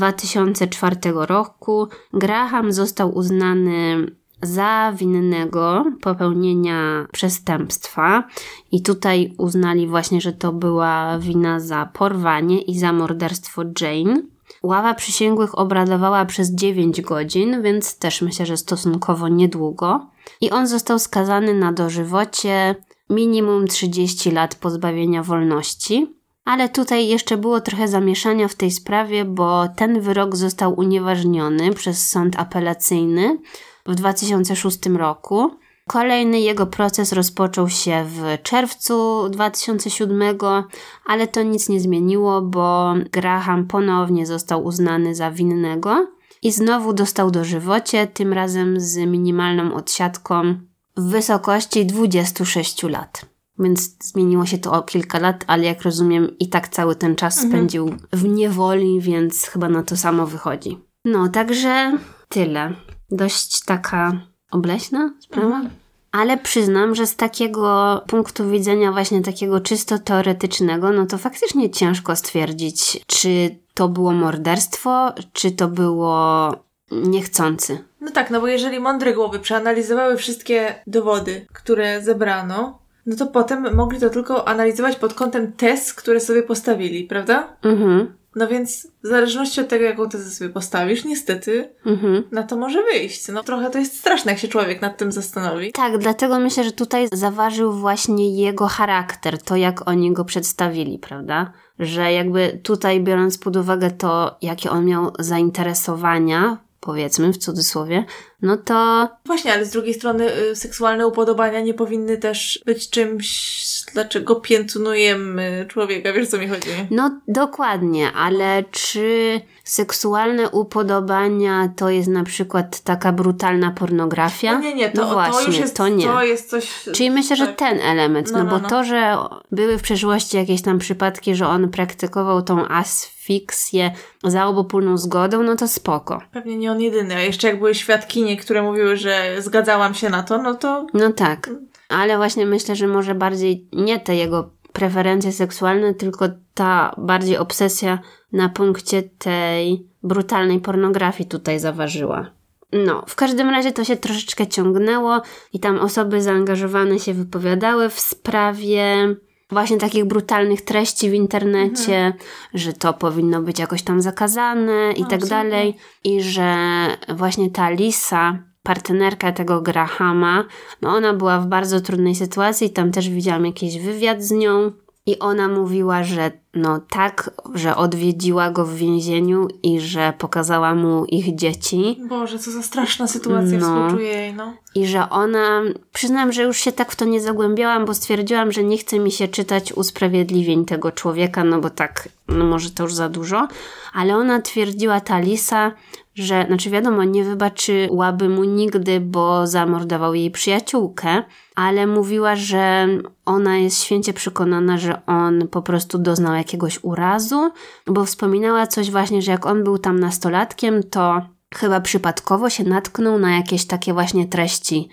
2004 roku Graham został uznany za winnego popełnienia przestępstwa i tutaj uznali właśnie, że to była wina za porwanie i za morderstwo Jane. Ława przysięgłych obradowała przez 9 godzin, więc też myślę, że stosunkowo niedługo. I on został skazany na dożywocie, minimum 30 lat pozbawienia wolności. Ale tutaj jeszcze było trochę zamieszania w tej sprawie, bo ten wyrok został unieważniony przez sąd apelacyjny w 2006 roku. Kolejny jego proces rozpoczął się w czerwcu 2007, ale to nic nie zmieniło, bo Graham ponownie został uznany za winnego i znowu dostał dożywocie, tym razem z minimalną odsiadką w wysokości 26 lat. Więc zmieniło się to o kilka lat, ale jak rozumiem i tak cały ten czas spędził w niewoli, więc chyba na to samo wychodzi. No, także tyle. Dość taka obleśna sprawa. Ale przyznam, że z takiego punktu widzenia właśnie takiego czysto teoretycznego, no to faktycznie ciężko stwierdzić, czy to było morderstwo, czy to było niechcący. No tak, no bo jeżeli mądre głowy przeanalizowały wszystkie dowody, które zebrano, no to potem mogli to tylko analizować pod kątem tez, które sobie postawili, prawda? No więc w zależności od tego, jaką tezę sobie postawisz, niestety na to może wyjść. No trochę to jest straszne, jak się człowiek nad tym zastanowi. Tak, dlatego myślę, że tutaj zaważył właśnie jego charakter, to jak oni go przedstawili, prawda? Że jakby tutaj biorąc pod uwagę to, jakie on miał zainteresowania, powiedzmy w cudzysłowie, no to... Właśnie, ale z drugiej strony seksualne upodobania nie powinny też być czymś, dlaczego piętnujemy człowieka, wiesz co mi chodzi? No dokładnie, ale czy seksualne upodobania to jest na przykład taka brutalna pornografia? No nie, no właśnie, to już jest, to nie. To jest coś... Czyli myślę, że ten element, bo to, że były w przeszłości jakieś tam przypadki, że on praktykował tą asfiksję za obopólną zgodą, no to spoko. Pewnie nie on jedyny, a jeszcze jak były świadkinie, które mówiły, że zgadzałam się na to, no to... No tak, ale właśnie myślę, że może bardziej nie te jego preferencje seksualne, tylko ta bardziej obsesja na punkcie tej brutalnej pornografii tutaj zaważyła. No, w każdym razie to się troszeczkę ciągnęło i tam osoby zaangażowane się wypowiadały w sprawie właśnie takich brutalnych treści w internecie, że to powinno być jakoś tam zakazane i tak dalej. I że właśnie ta Lisa, partnerka tego Grahama, no ona była w bardzo trudnej sytuacji, tam też widziałam jakiś wywiad z nią i ona mówiła, że no tak, że odwiedziła go w więzieniu i że pokazała mu ich dzieci. Boże, co za straszna sytuacja, współczuję jej, no. I że ona, przyznam, że już się tak w to nie zagłębiałam, bo stwierdziłam, że nie chce mi się czytać usprawiedliwień tego człowieka, no bo tak, no może to już za dużo, ale ona twierdziła, ta Lisa, że, znaczy wiadomo, nie wybaczyłaby mu nigdy, bo zamordował jej przyjaciółkę, ale mówiła, że ona jest święcie przekonana, że on po prostu doznał jakiegoś urazu, bo wspominała coś właśnie, że jak on był tam nastolatkiem, to chyba przypadkowo się natknął na jakieś takie właśnie treści,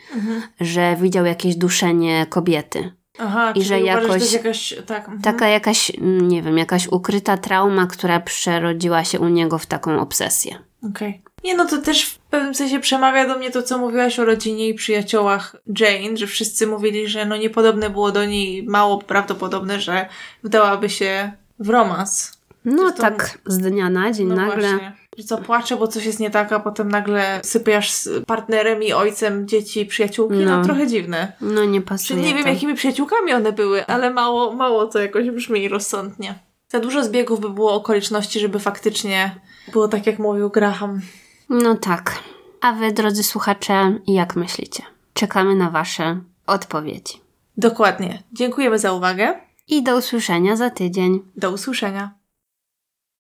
że widział jakieś duszenie kobiety. Aha, i że jakoś, uważasz, że to jest jakaś taka jakaś, nie wiem, jakaś ukryta trauma, która przerodziła się u niego w taką obsesję. Okej. Nie, no to też w pewnym sensie przemawia do mnie to, co mówiłaś o rodzinie i przyjaciołach Jane, że wszyscy mówili, że no niepodobne było do niej, mało prawdopodobne, że wdałaby się w romans. No tak, z dnia na dzień nagle. Właśnie. Że co, płacze, bo coś jest nie tak, a potem nagle sypiasz z partnerem i ojcem dzieci, przyjaciółki. No trochę dziwne. No nie pasuje. Czyli nie wiem, jakimi przyjaciółkami one były, ale mało to jakoś brzmi rozsądnie. Za dużo zbiegów by było okoliczności, żeby faktycznie było tak, jak mówił Graham. No tak. A wy, drodzy słuchacze, jak myślicie? Czekamy na wasze odpowiedzi. Dokładnie. Dziękujemy za uwagę. i do usłyszenia za tydzień. Do usłyszenia.